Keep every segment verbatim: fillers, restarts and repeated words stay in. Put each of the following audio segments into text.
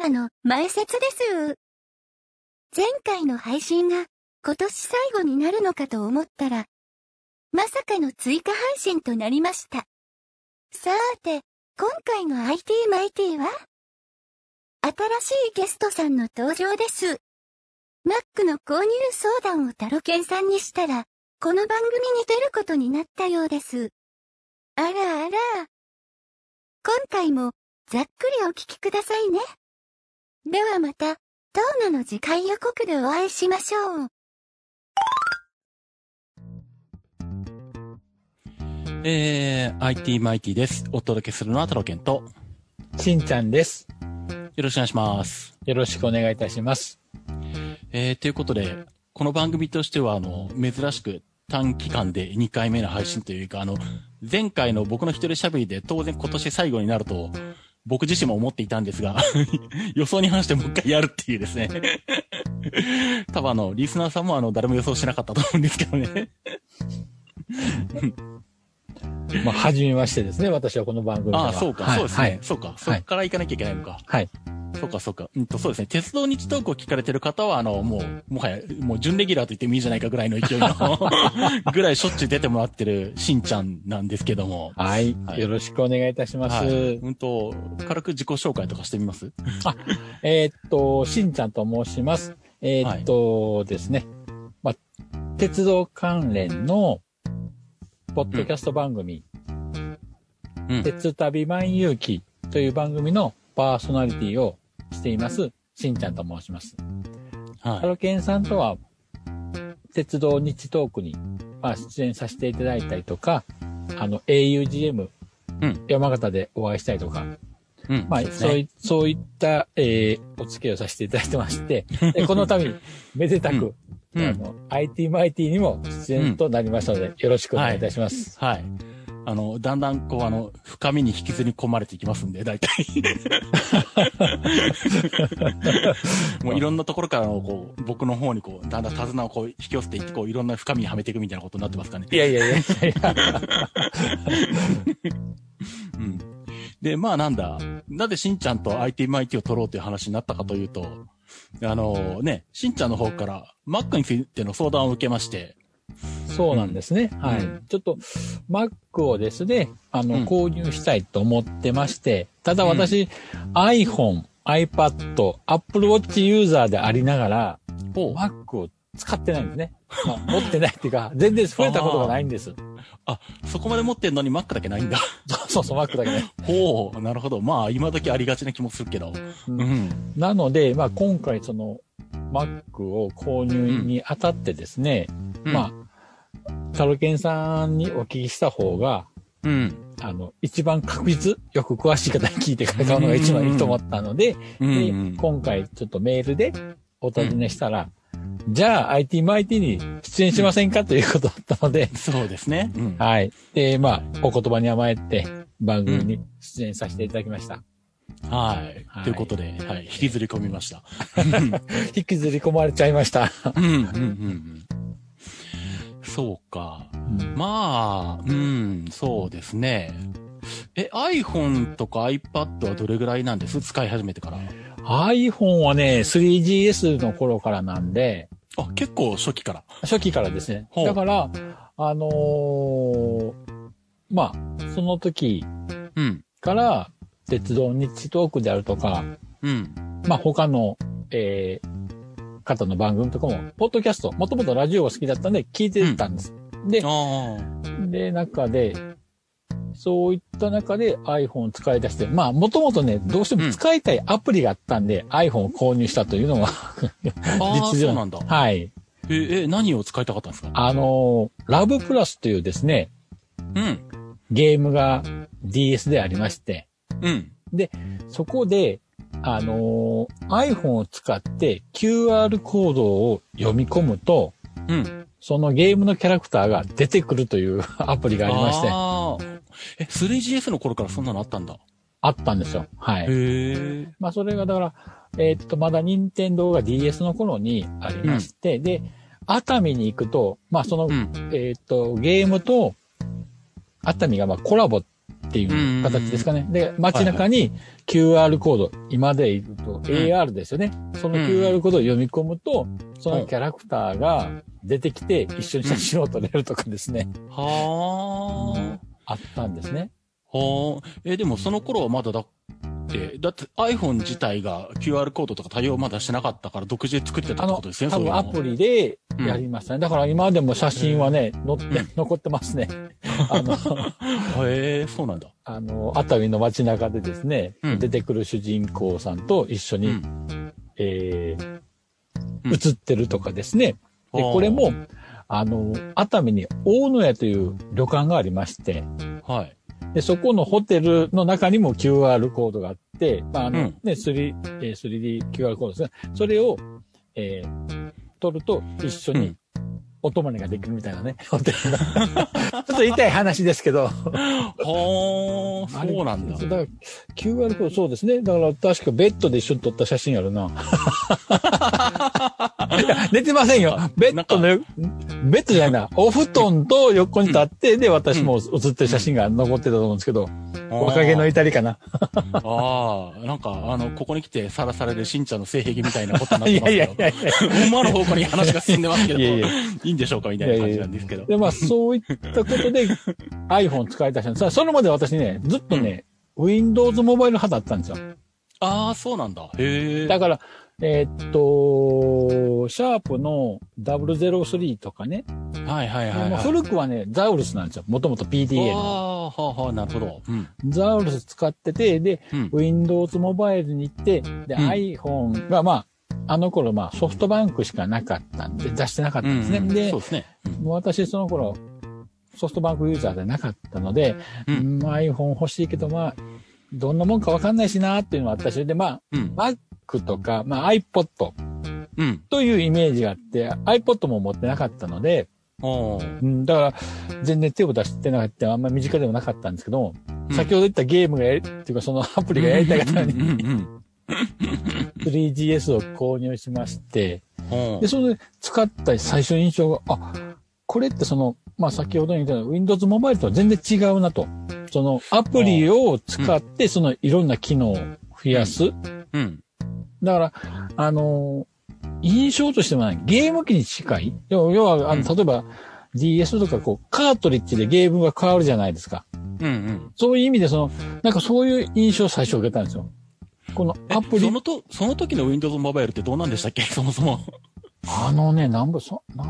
ーマの前説です。前回の配信が今年最後になるのかと思ったら、まさかの追加配信となりました。さて、今回の アイティー マイティは新しいゲストさんの登場です。Mac の購入相談をタロケンさんにしたら、この番組に出ることになったようです。あらあら。今回もざっくりお聞きくださいね。ではまた、トーナの次回予告でお会いしましょう。 えー、アイティー マイティです。お届けするのはタロケンと、 しんちゃんです。 よろしくお願いします。 よろしくお願いいたします。 えー、ということで、この番組としては、あの、珍しく短期間でにかいめの配信というか、あの、前回の僕の一人喋りで当然今年最後になると、僕自身も思っていたんですが、予想に反してもう一回やるっていうですね。多分あの、リスナーさんもあの、誰も予想しなかったと思うんですけどね。 まあ、初めましてですね、私はこの番組では。 ああ、そうか、はい、そうですね。はい、そうか、そっから行かなきゃいけないのか。 はい。 そうか、そうか。うんと、そうですね。鉄道日トークを聞かれてる方は、あの、もう、もはや、もう準レギュラーと言ってもいいじゃないかぐらいの勢いの、ぐらいしょっちゅう出てもらってるしんちゃんなんですけども。 はい。はい、よろしくお願いいたします。はい、 うんと、軽く自己紹介とかしてみます？ あ、えー、っと、しんちゃんと申します。えー、っと、はい、ですね。まあ、鉄道関連の、ポッドキャスト番組、うん、鉄旅万有記という番組のパーソナリティをしています、しんちゃんと申します。はい。タロケンさんとは、鉄道日トークに、まあ、出演させていただいたりとか、あの、エーユージーエム、うん、山形でお会いしたりとか、うん、まあ、そうい、そういった、えー、お付き合いをさせていただいてまして、でこの度、めでたく、うん、あの、アイティー マイティにも出演となりましたので、うん、よろしくお願いいたします。 はい。はいあの、だんだん、こう、あの、深みに引きずり込まれていきますんで、大体。もういろんなところからの、こう、僕の方に、こう、だんだん手綱をこう、引き寄せていって、こう、いろんな深みにはめていくみたいなことになってますかね。 いやいやいやいや。 うん。で、まあなんだ、なぜしんちゃんと アイティー マイティを取ろうという話になったかというと、あのね、しんちゃんの方から Mac についての相談を受けまして、 そうなんですね。うん、はい。ちょっと、Mac をですね、あの、うん、購入したいと思ってまして、ただ私、うん、iPhone、iPad、Apple Watch ユーザーでありながら、Mac を使ってないんですね。まあ、持ってないっていうか、全然触れたことがないんです。 あ、そこまで持ってんのに Mac だけないんだ。 そうそう、Mac だけない。 ほう、なるほど。まあ、今時ありがちな気もするけど。 うん。なので、まあ、今回その、Mac を購入にあたってですね、うん、まあ、タロケンさんにお聞きした方が、うん。あの、一番確実、よく詳しい方に聞いてから買うのが一番いいと思ったので、うんうん、で、今回ちょっとメールでお尋ねしたら、うん、じゃあ アイティー マイティに出演しませんか、うん、ということだったので、 そうですね。 うん、はい。で、まあ、お言葉に甘えて番組に出演させていただきました。 うん、はい。はい。ということで、はい。引きずり込みました。 引きずり込まれちゃいました。 うんうんうんうんそうか。うん、まあ、うん、そうですね。え、iPhone とか iPad はどれぐらいなんです使い始めてから。 iPhone はね、スリージーエス の頃からなんで。 あ、結構初期から。 初期からですね。だから、あのー、まあ、その時から、鉄道日トークであるとか、うん、まあ他の、えー、方の番組とかも、ポッドキャスト、もともとラジオが好きだったんで聞いてたんです。うん、で、で、中で、そういった中で iPhone を使い出して、まあ、もともとね、どうしても使いたいアプリがあったんで、うん、iPhone を購入したというのが実情なんだ。 はい。 え、え、何を使いたかったんですか？ あの、ラブプラスというですね、うん。ゲームが ディーエス でありまして、うん。で、そこで、あのー、iPhone を使って キューアール コードを読み込むと、うん。そのゲームのキャラクターが出てくるというアプリがありまして。 ああ。え、スリージーエス の頃からそんなのあったんだ。 あったんですよ。はい。 へえ。 まあそれがだから、えー、っと、まだ任天堂が ディーエス の頃にありまして、うん、で、熱海に行くと、まあその、うん、えー、っと、ゲームと熱海がまあコラボっっていう形ですかね。で、街中に キューアール コード、今で言うと エーアール ですよね。その キューアール コードを読み込むと、そのキャラクターが出てきて一緒に写真を撮れるとかですね。 はあ。あったんですね。 はあ。え、でもその頃はまだだって、だって iPhone 自体が キューアール コードとか対応まだしてなかったから独自で作ってたってことですね、 多分アプリでやりましたね。うん、だから今でも写真はね、載って、うん、残ってますね。あの、 へえ、そうなんだ。 あの、熱海の街中でですね、うん、出てくる主人公さんと一緒に、うん、えー、写ってるとかですね。で、これも、あの、熱海に大野屋という旅館がありまして、 はい。 で、そこのホテルの中にも キューアール コードがあって、まあ、あの、うん、ね、スリー、えー、スリーディー キューアール コードですね。それを、えー、取ると一緒にお泊まりができるみたいなね、ホテルが。ちょっと言いたい話ですけど。 ほー、そうなんだ。 だから、キューアール コード、そうですね。だから確かベッドで一緒に撮った写真あるな。寝てませんよ。ベッドの、ベッドじゃないな。お布団と横に立って、で、私も写ってる写真が残ってたと思うんですけど、若気の至りかな。 ああ、なんか、あの、ここに来てさらされるしんちゃんの性癖みたいなことになってますけど。 いやいやいやいや。 思わぬ方向に話が進んでますけど、いやいやいいんでしょうかみたいな感じなんですけど。いやいやで、まあ、そういったことで iPhone 使い出したんです。それまで私ね、ずっとね、うん、Windows モバイル派だったんですよ。 ああ、そうなんだ。へえ。 だから、えー、っと、シャープのダブルゼロスリーとかね。 はいはいはい、はい。 古くはね、ザウルスなんですよ。もともと ピーディーエー の。 ああ、はあはあ、なるほど。うん、 ザウルス使ってて、で、うん、Windows モバイルに行って、で、うん、iPhone が、まあ、あの頃、まあ、ソフトバンクしかなかったんで、出してなかったんですね。うんうん、で、そうですね。うん、私、その頃、ソフトバンクユーザーでなかったので、うん、iPhone 欲しいけど、まあ、どんなもんかわかんないしなーっていうのがあったし、で、まあ、うん、Mac とか、まあ iPod というイメージがあって、うん、iPod も持ってなかったので、うん、だから、全然手を出してなかった、あんまり身近でもなかったんですけど、うん、先ほど言ったゲームがやり、っていうかそのアプリがやりたかったのに、スリージーエス を購入しまして、で、それで使った最初の印象が、あ、これってその、まあ先ほど言ったように Windows モバイルとは全然違うなと。そのアプリを使ってそのいろんな機能を増やす。うんうん、だから、あの、印象としてはゲーム機に近い。要は、あの、例えば ディーエス とかこう、カートリッジでゲームが変わるじゃないですか。うんうん、そういう意味でその、なんかそういう印象を最初受けたんですよ。このアプリ。 そのと、その時の Windows モバイルってどうなんでしたっけそもそも。 あのね、なんぼ、そ、なん、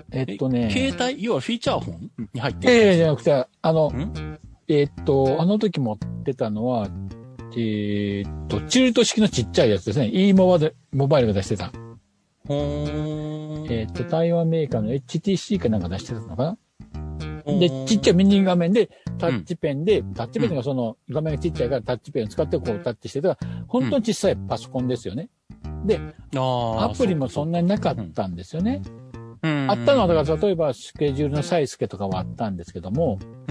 えっとね。 携帯、要はフィーチャーフォンに入ってる。ええ、じゃなくて、あの、えっと、あの時持ってたのは、えー、っと、チルト式のちっちゃいやつですね。e モバで、モバイルが出してた。ほー。えー、っと、台湾メーカーの エイチティーシー かなんか出してたのかな。で、ちっちゃいミニ画面で、タッチペンで、うん、タッチペンがその、画面がちっちゃいからタッチペンを使ってこうタッチしてたら、本当に小さいパソコンですよね。で、アプリもそんなになかったんですよね。うん、あったのは、だから例えばスケジュールのサイスケとかはあったんですけども、うん、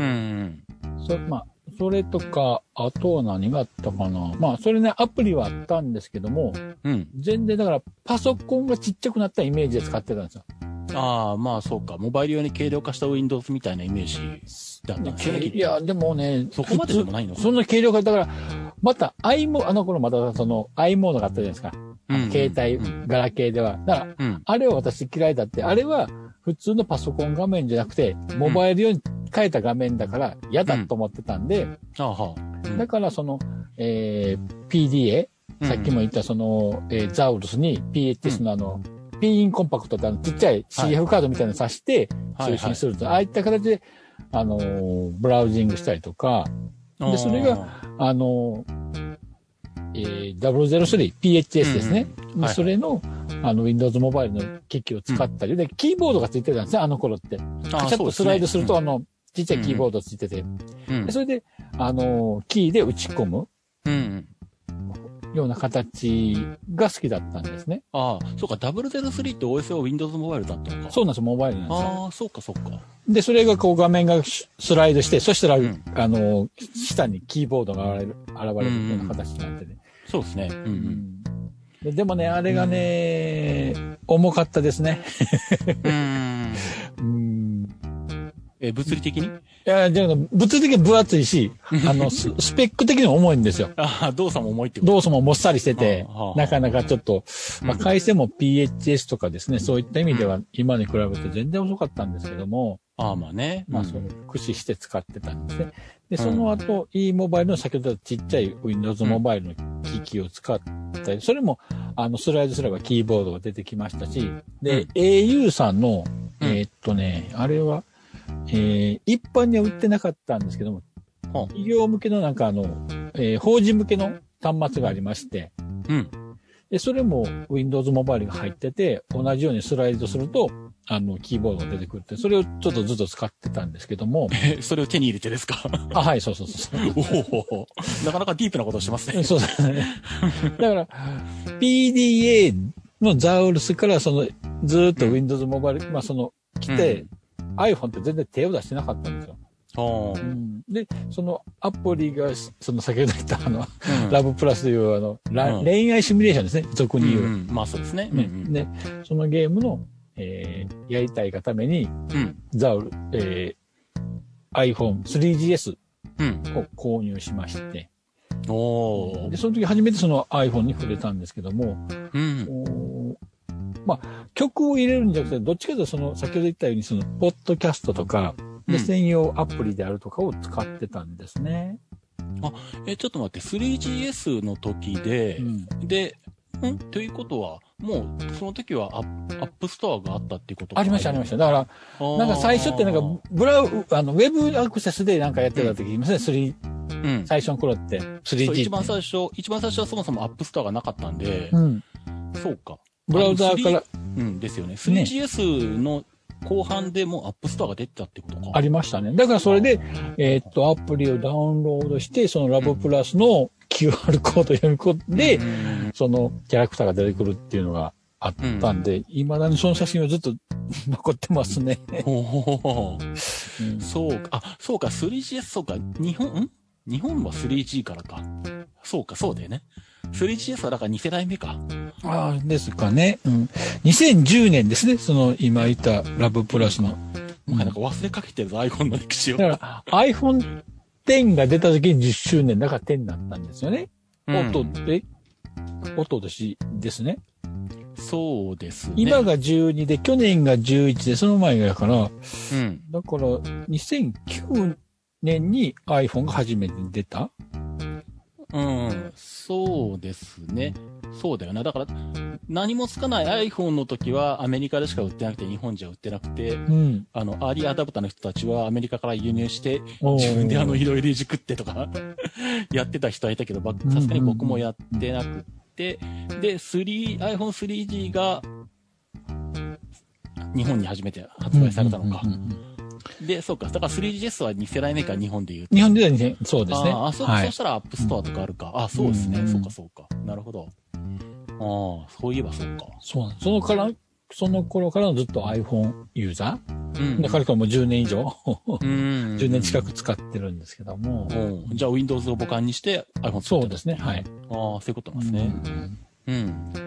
そ、まあ、それとか、あとは何があったかな。まあ、それね、アプリはあったんですけども、うん、全然だからパソコンがちっちゃくなったイメージで使ってたんですよ。 ああ、まあそうか。モバイル用に軽量化した Windows みたいなイメージだったんですね。 いや、でもね、 そこまででもないのかな。 そんな軽量化、だから、また i モ、あの頃またその i モードがあったじゃないですか。うん、携帯、うん、ガラケーでは。だから、うん、あれは私嫌いだって、あれは普通のパソコン画面じゃなくて、モバイル用に変えた画面だから嫌だと思ってたんで、うんうん、だからその、えー、ピーディーエー、さっきも言ったその、えー、ザウルスに ピーエイチエス のあの、ピンインコンパクトってあのちっちゃい シーエフ カードみたいなの挿して通信すると、はいはいはい、ああいった形で、あのー、ブラウジングしたりとか、で、それが、あのー、えー、ダブルゼロスリー、ピーエイチエス ですね。うんうんはいはい、それの、あの、Windows モバイルの機器を使ったり、うん、で、キーボードがついてたんですね、あの頃って。カチャッとスライドすると、あの、ちっちゃいキーボードついてて。うん、でそれで、あのー、キーで打ち込む。うんような形が好きだったんですね。 ああ、そうか、ダブルゼロスリー って オーエス は Windows モバイルだったのか。 そうなんですよ、モバイルなんですよ。 ああ、そうか、そうか。 で、それがこう画面がスライドして、そしたら、うん、あの、下にキーボードが現れる、現れるような形になってね。 うん、そうですね。うんうん、 で, でもね、あれがね、うん、重かったですね。 うんうんえ、物理的にいや、じゃあ、物理的に分厚いし、あの、ス, スペック的にも重いんですよ。 ああ、動作も重いってこと。 動作ももっさりしててああ、 なかなかちょっと、まあ、回線も ピーエイチエス とかですね、そういった意味では今に比べて全然遅かったんですけども、 ああ、まあね。 まあ、それを駆使して使ってたんですね。で、その後、e モバイルの先ほど言ったちっちゃい Windows モバイルの機器を使ったり、それも、あの、スライドすればキーボードが出てきましたし、で、au さんの、えーっとね、あれは、えー、一般には売ってなかったんですけども、企業向けのなんかあの、えー、法人向けの端末がありまして、 うん。 で、それも Windows モバイルが入ってて、同じようにスライドすると、あの、キーボードが出てくるって、それをちょっとずっと使ってたんですけども。 え、それを手に入れてですか？ あ、はい、そうそうそう。 おお、なかなかディープなことをしてますね。 そうですね。だから、ピーディーエー のザウルスからその、ずーっと Windows モバイル、まあその、来て、うん、iPhone って全然手を出してなかったんですよ。うん、で、そのアプリが、その先ほど言ったあの、うん、ラブプラスというあの、うん、恋愛シミュレーションですね、俗に言う。うんうん、まあそうですね。 ね、うん、で、そのゲームの、えー、やりたいがために、うん、ザウル、えー、iPhone スリージーエス を購入しまして、うん、おで、その時初めてその iPhone に触れたんですけども、うん、まあ、曲を入れるんじゃなくて、どっちかというとその、先ほど言ったようにその、ポッドキャストとか、で、専用アプリであるとかを使ってたんですね。 あ、え、ちょっと待って、スリージーエス の時で、うん、で、んということは、もう、その時はアップ、アップストアがあったっていうことありました、ありました。だから、なんか最初ってなんか、ブラウ、あの、ウェブアクセスでなんかやってた時いますね、スリー、うん、最初の頃って、スリージー って。 一番最初、一番最初はそもそもアップストアがなかったんで、 うん、 そうか。 ブラウザーから、 うん、ですよね。スリージーエス の、後半でもうアップストアが出てたってことか。 ありましたね。だからそれで、えー、っと、アプリをダウンロードして、そのラブプラスの キューアール コードを読み込んで、うん、そのキャラクターが出てくるっていうのがあったんで、うん、未だにその写真はずっと残ってますね。 ほうほうほう、うん。そうか。あ、そうか、スリージーエス、そうか。日本、ん日本は スリージー からか。そうか、そうだよね。スリージーエス はだからに世代目か。 ああ、ですかね。うん。にせんじゅうねんですね。その、今言ったラブプラスの。 うん、なんか忘れかけてるぞ、iPhone の歴史を。 だから、iPhone テンが出た時にじゅっしゅうねん、だからテンだったんですよね。うん、おと、えおととしですね。 そうですね。 今がじゅうにで、去年がじゅういちで、その前がやから、うん。だから、にせんきゅうねんに iPhone が初めて出た？ うん、そうですね。そうだよな。だから、何もつかない iPhone の時はアメリカでしか売ってなくて、日本じゃ売ってなくて、うん、あの、アーリーアダプターの人たちはアメリカから輸入して、自分であの、いろいろいじくってとか、やってた人はいたけど、さすがに僕もやってなくて、で、スリー、アイフォンスリージー が、日本に初めて発売されたのか。で、そうか。だから スリージーエス はに世代目か、日本で言うと。 日本ではにせん、そうですね。 ああ、そう、はい、そうしたらアップストアとかあるか。あ、そうですね。うんうん、そうか、そうか。なるほど。ああ、そういえばそうか。 そうなんです。そのから、その頃からずっと iPhone ユーザー、うん、だからもうじゅうねん以上、うん、じゅうねん近く使ってるんですけども。 うん、じゃあ Windows を母艦にして iPhone 使ってる。 そうですね。はい。 ああ、そういうことなんですね。うん。うん、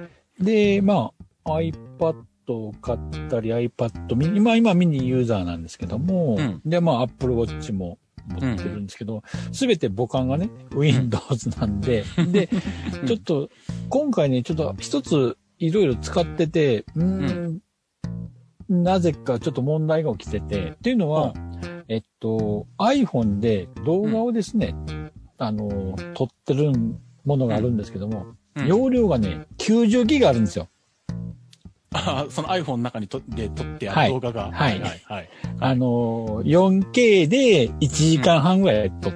で、まあ、iPad を買ったり iPad mini、今、今ミニユーザーなんですけども、うん、で、まあ Apple Watch も持ってるんですけど、すべ、うん、て母艦がね、Windows なんで、で、ちょっと、今回ね、ちょっと一ついろいろ使ってて、うーん、うん、なぜかちょっと問題が起きてて、っていうのは、うん、えっと、iPhone で動画をですね、うん、あの、撮ってるものがあるんですけども、うん、容量がね、きゅうじゅうギガあるんですよ。 あ、その iPhone の中にとで撮ってある動画が。 はい。はい。はいはい、あの、よんケー でいちじかんはんぐらい撮った。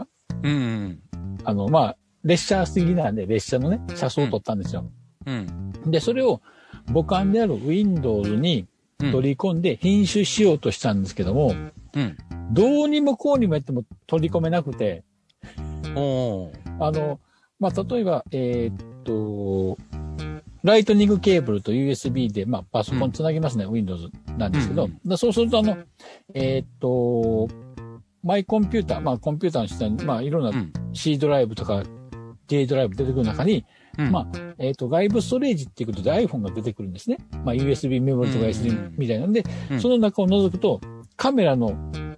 うん。うん、あの、まあ、列車過ぎなんで、列車のね、車窓を撮ったんですよ。うん。で、それを母艦である Windows に取り込んで編集しようとしたんですけども、うん。どうにもこうにもやっても取り込めなくて、おあの、まあ、例えば、えー、っと、ライトニングケーブルと ユーエスビー で、まあ、パソコンつなぎますね、うん、Windows なんですけど、うんうん、だそうすると、あの、えー、っと、マイコンピューター、まあ、コンピューターの下に、まあ、いろんな C ドライブとか J ドライブ出てくる中に、うん、まあ、えー、っと、外部ストレージっていうことで iPhone が出てくるんですね。まあ、ユーエスビー メモリとか エスディー みたいなんで、うん、その中を覗くと、カメラの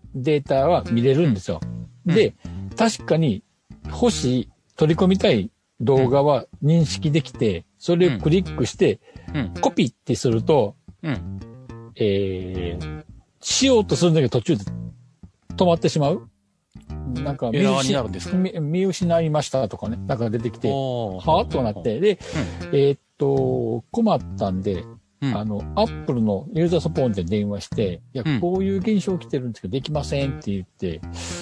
データは見れるんですよ。 うん、 で、確かに欲しい、取り込みたい動画は認識できて、それをクリックして、 うん、 コピーってすると、 うん、 えー、しようとするんだけど途中で止まってしまう。なんか見失、見、見失いましたとかね、なんか出てきて、はぁとなって、で、うん、えー、っと、困ったんで、うん、あの、アップルのユーザーサポートで電話して、いや、うん、こういう現象来てるんですけど、できませんって言って、うん、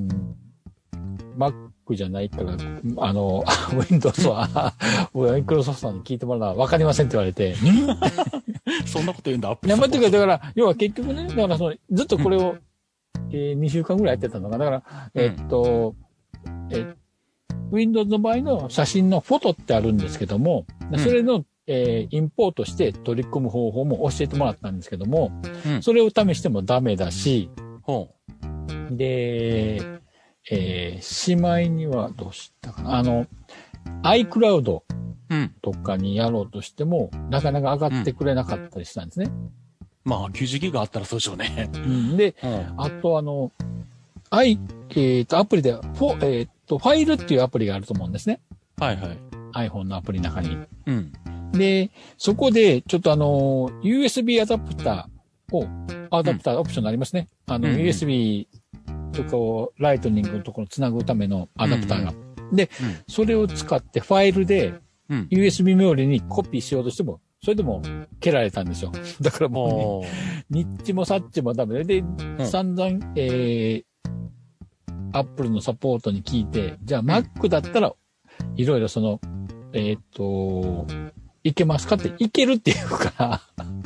うん、Mac じゃないから、あの、Windows は、マイクロソフトに聞いてもらうのは分かりませんって言われて、 そんなこと言うんだ、アップル。 いや、待ってください。だから、要は結局ね、だからその、ずっとこれを、うん、えー、にしゅうかんぐらいやってたのかな。だから、えー、っと、えー、Windows の場合の写真のフォトってあるんですけども、うん、それの、えー、インポートして取り込む方法も教えてもらったんですけども、うん、それを試してもダメだし、うん、で、えー、しまいにはどうしたかな。あの、iCloud とかにやろうとしても、うん、なかなか上がってくれなかったりしたんですね。 まあ、きゅうじゅうギガあったらそうでしょうね。 うん、で、うん、あとあの、i、えっ、ー、と、アプリで、フォ、えっ、ー、と、ファイルっていうアプリがあると思うんですね。 はいはい。 iPhone のアプリの中に。 うん。 で、そこで、ちょっとあの、ユーエスビー アダプターを、アダプターオプションになりますね。あの、うん、ユーエスビー とかをライトニングのところにつなぐためのアダプターが。うんうん、で、うん、それを使ってファイルで、ユーエスビー メモリにコピーしようとしても、それでも蹴られたんですよ。だからもう、ね、ニッチもサッチもダメで、で、うん、散々、えー、アップルのサポートに聞いて、じゃあ Mac だったら、いろいろその、えっ、ー、と、いけますかっていけるっていうから。 うん、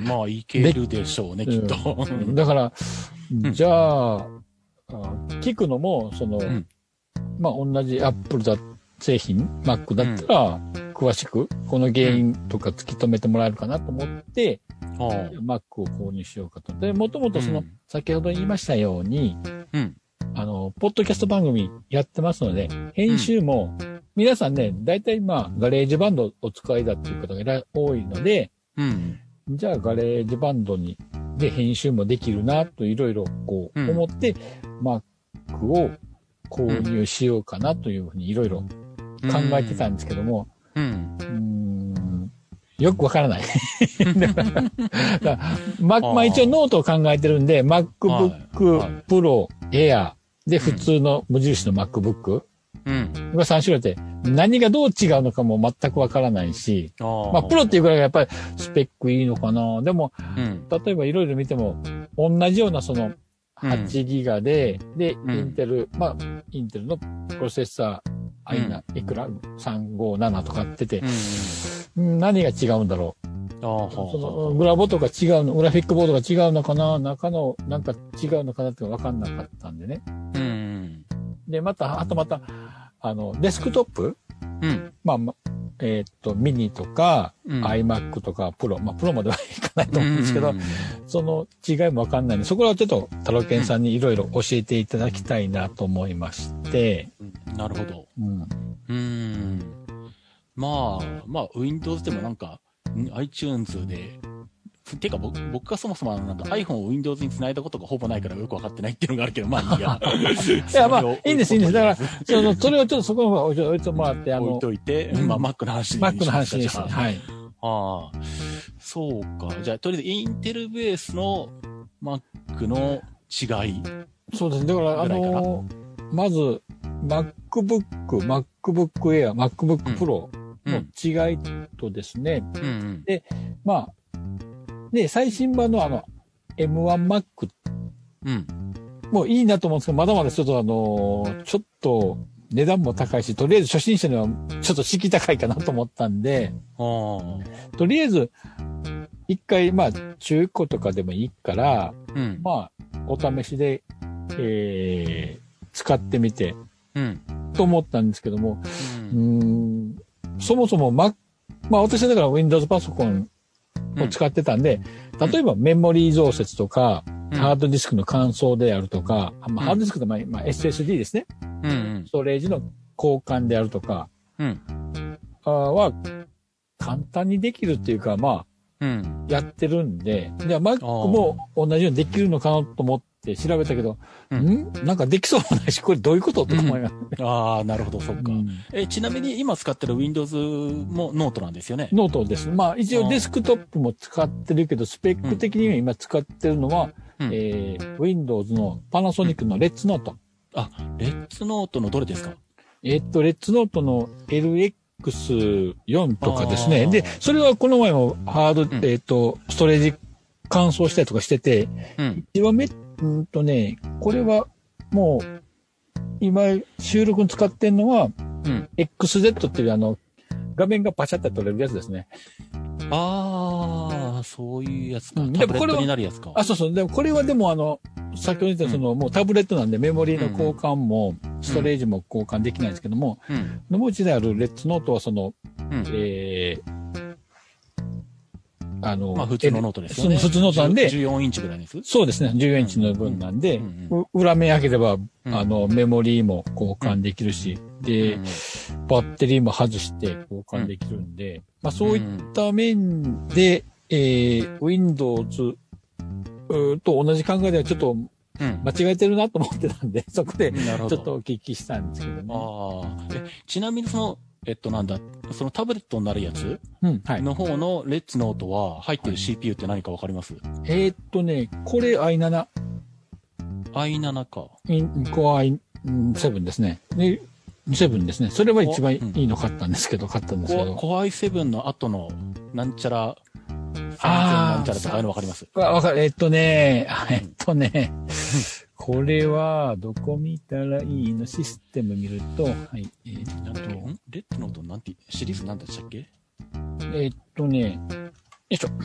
まあいけるでしょうね、きっと。 うん、だから、うん、じゃあ、聞くのも、その、うん、まあ同じアップルだ、製品、Mac だったら、詳しく、この原因とか突き止めてもらえるかなと思って、うん、Mac を購入しようかと。で、もともとその、うん、先ほど言いましたように、うん、あの、ポッドキャスト番組やってますので、編集も、皆さんね、大体まあ、ガレージバンドをお使いだっていう方が多いので、うん、じゃあガレージバンドに、で編集もできるな、といろいろこう思って、うん、Mac を購入しようかなというふうにいろいろ考えてたんですけども、うん、うーんよくわからない。だから、ま、まあ一応ノートを考えてるんで、MacBook Pro Air で普通の無印の MacBook、うん。今さん種類で何がどう違うのかも全くわからないし、まあプロっていうくらいがやっぱりスペックいいのかな。でも、うん、例えばいろいろ見ても同じようなそのはちギガで、うん、で、インテル、まあインテルのプロセッサー、アイナ、いくらさんごななとかってて、うん、何が違うんだろう。あそのグラボとか違うの、グラフィックボードが違うのかな、中のなんか違うのかなって分かんなかったんでね。うん、で、また、あとまた、あの、デスクトップ、うん、まあ、えー、っと、ミニとか、うん、iMac とか、プロ、まあ、プロまではいかないと思うんですけど、うんうんうん、その違いもわかんないので、そこはちょっと、タロケンさんにいろいろ教えていただきたいなと思いまして。 うん、なるほど。うん。うん。まあ、まあ、Windows でもなんか、iTunes で、てか僕、僕がそもそもなんか iPhone を Windows に繋いだことがほぼないからよくわかってないっていうのがあるけど、まあいいや。 いや、まあ、いいんです、いいんです。だから、その、それをちょっとそこの方置いてもらって、あの。 置いといて、うん、まあ Mac の話に。 Mac の話です。はい。 ああ、そうか。じゃあ、とりあえずインテルベースの Mac の違い。 そうですね。だから、あの、まず、MacBook、MacBook Air、MacBook Pro の違いとですね。うんうん、で、まあ、で、最新版のあの、エムワン Mac。うん。もういいなと思うんですけど、まだまだちょっとあの、ちょっと値段も高いし、とりあえず初心者にはちょっと敷居高いかなと思ったんで、とりあえず、一回、まあ、中古とかでもいいから、うん、まあ、お試しで、えー、使ってみて、うん、と思ったんですけども、うん、うーんそもそも Mac、まあ私はだから Windows パソコンを使ってたんで、うん、例えばメモリー増設とか、うん、ハードディスクの乾燥であるとか、まあ、ハードディスクの、まあ、エスエスディー ですね、うんうん。ストレージの交換であるとか、うん、あは簡単にできるっていうか、まあ、うん、やってるんで、じゃあ Mac も同じようにできるのかなと思っって調べたけど、 うんんなんかできそうもないし、これどういうこととか思いながら。 ああ、なるほど、そっか。 うんえ、ちなみに今使ってる Windows もノートなんですよね。 ノートです。まあ一応デスクトップも使ってるけど、スペック的には今使ってるのは、 うん、 えー、Windows のパナソニックのレッツノート。 あ、レッツノートのどれですか？ えっと、レッツノートの エルエックスよん とかですね。 あーで、それはこの前もハード、 んえっと、ストレージ乾燥したりとかしてて、 うん。 一番目、うんとね、これはもう、今収録に使ってるのは、 うん。 エックスゼット っていうあの、画面がパシャって撮れるやつですね。 ああ、そういうやつか。 うんタブレットになるやつか。 あ、そうそう。でもこれはでもあの、先ほど言ったその、もうタブレットなんでメモリーの交換も、ストレージも交換できないんですけども、 うん。 のもうちであるレッツノートはその、 うん。 えー、あの、 まあ普通のノートですよね。 普通のノートなんでじゅうよんインチぐらいです。 そうですね。じゅうよんインチの分なんで、 うんうんう裏面開ければ、 んあの、メモリーも交換できるし、で、 うんバッテリーも外して交換できるんで、まあそういった面で、えー、Windows うーと同じ考えではちょっとうん。 間違えてるなと思ってたんで、そこでなるほど。 ちょっとお聞きしたんですけどね。 ああ。え、ちなみにその、えっとなんだ、そのタブレットになるやつうん、はい。 の方のレッツノートは入ってる シーピーユー って何かわかります？ えーっとね、これ アイセブン、 アイセブン か。 インコア アイセブン ですね。で、セブンですね。それは一番いいの買ったんですけど、買ったんですけど。 ココアイセブンの後の、なんちゃら、さんぜんあーなんちゃらとかああいうのわかります？ わ、わかる。えっとね、えっとね、これは、どこ見たらいいのシステム見ると、はい、えーっと、 なんだっけんレッドノートなんて、シリーズなんでしたっけ？ えーっとね、よいしょ。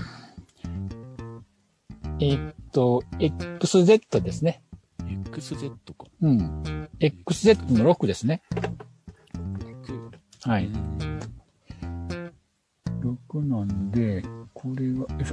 えーっと、エックスゼット ですね。 エックスゼット か。 うん。エックスゼット のろくですね。はい。 うんろくなんで、これは、よいしょ。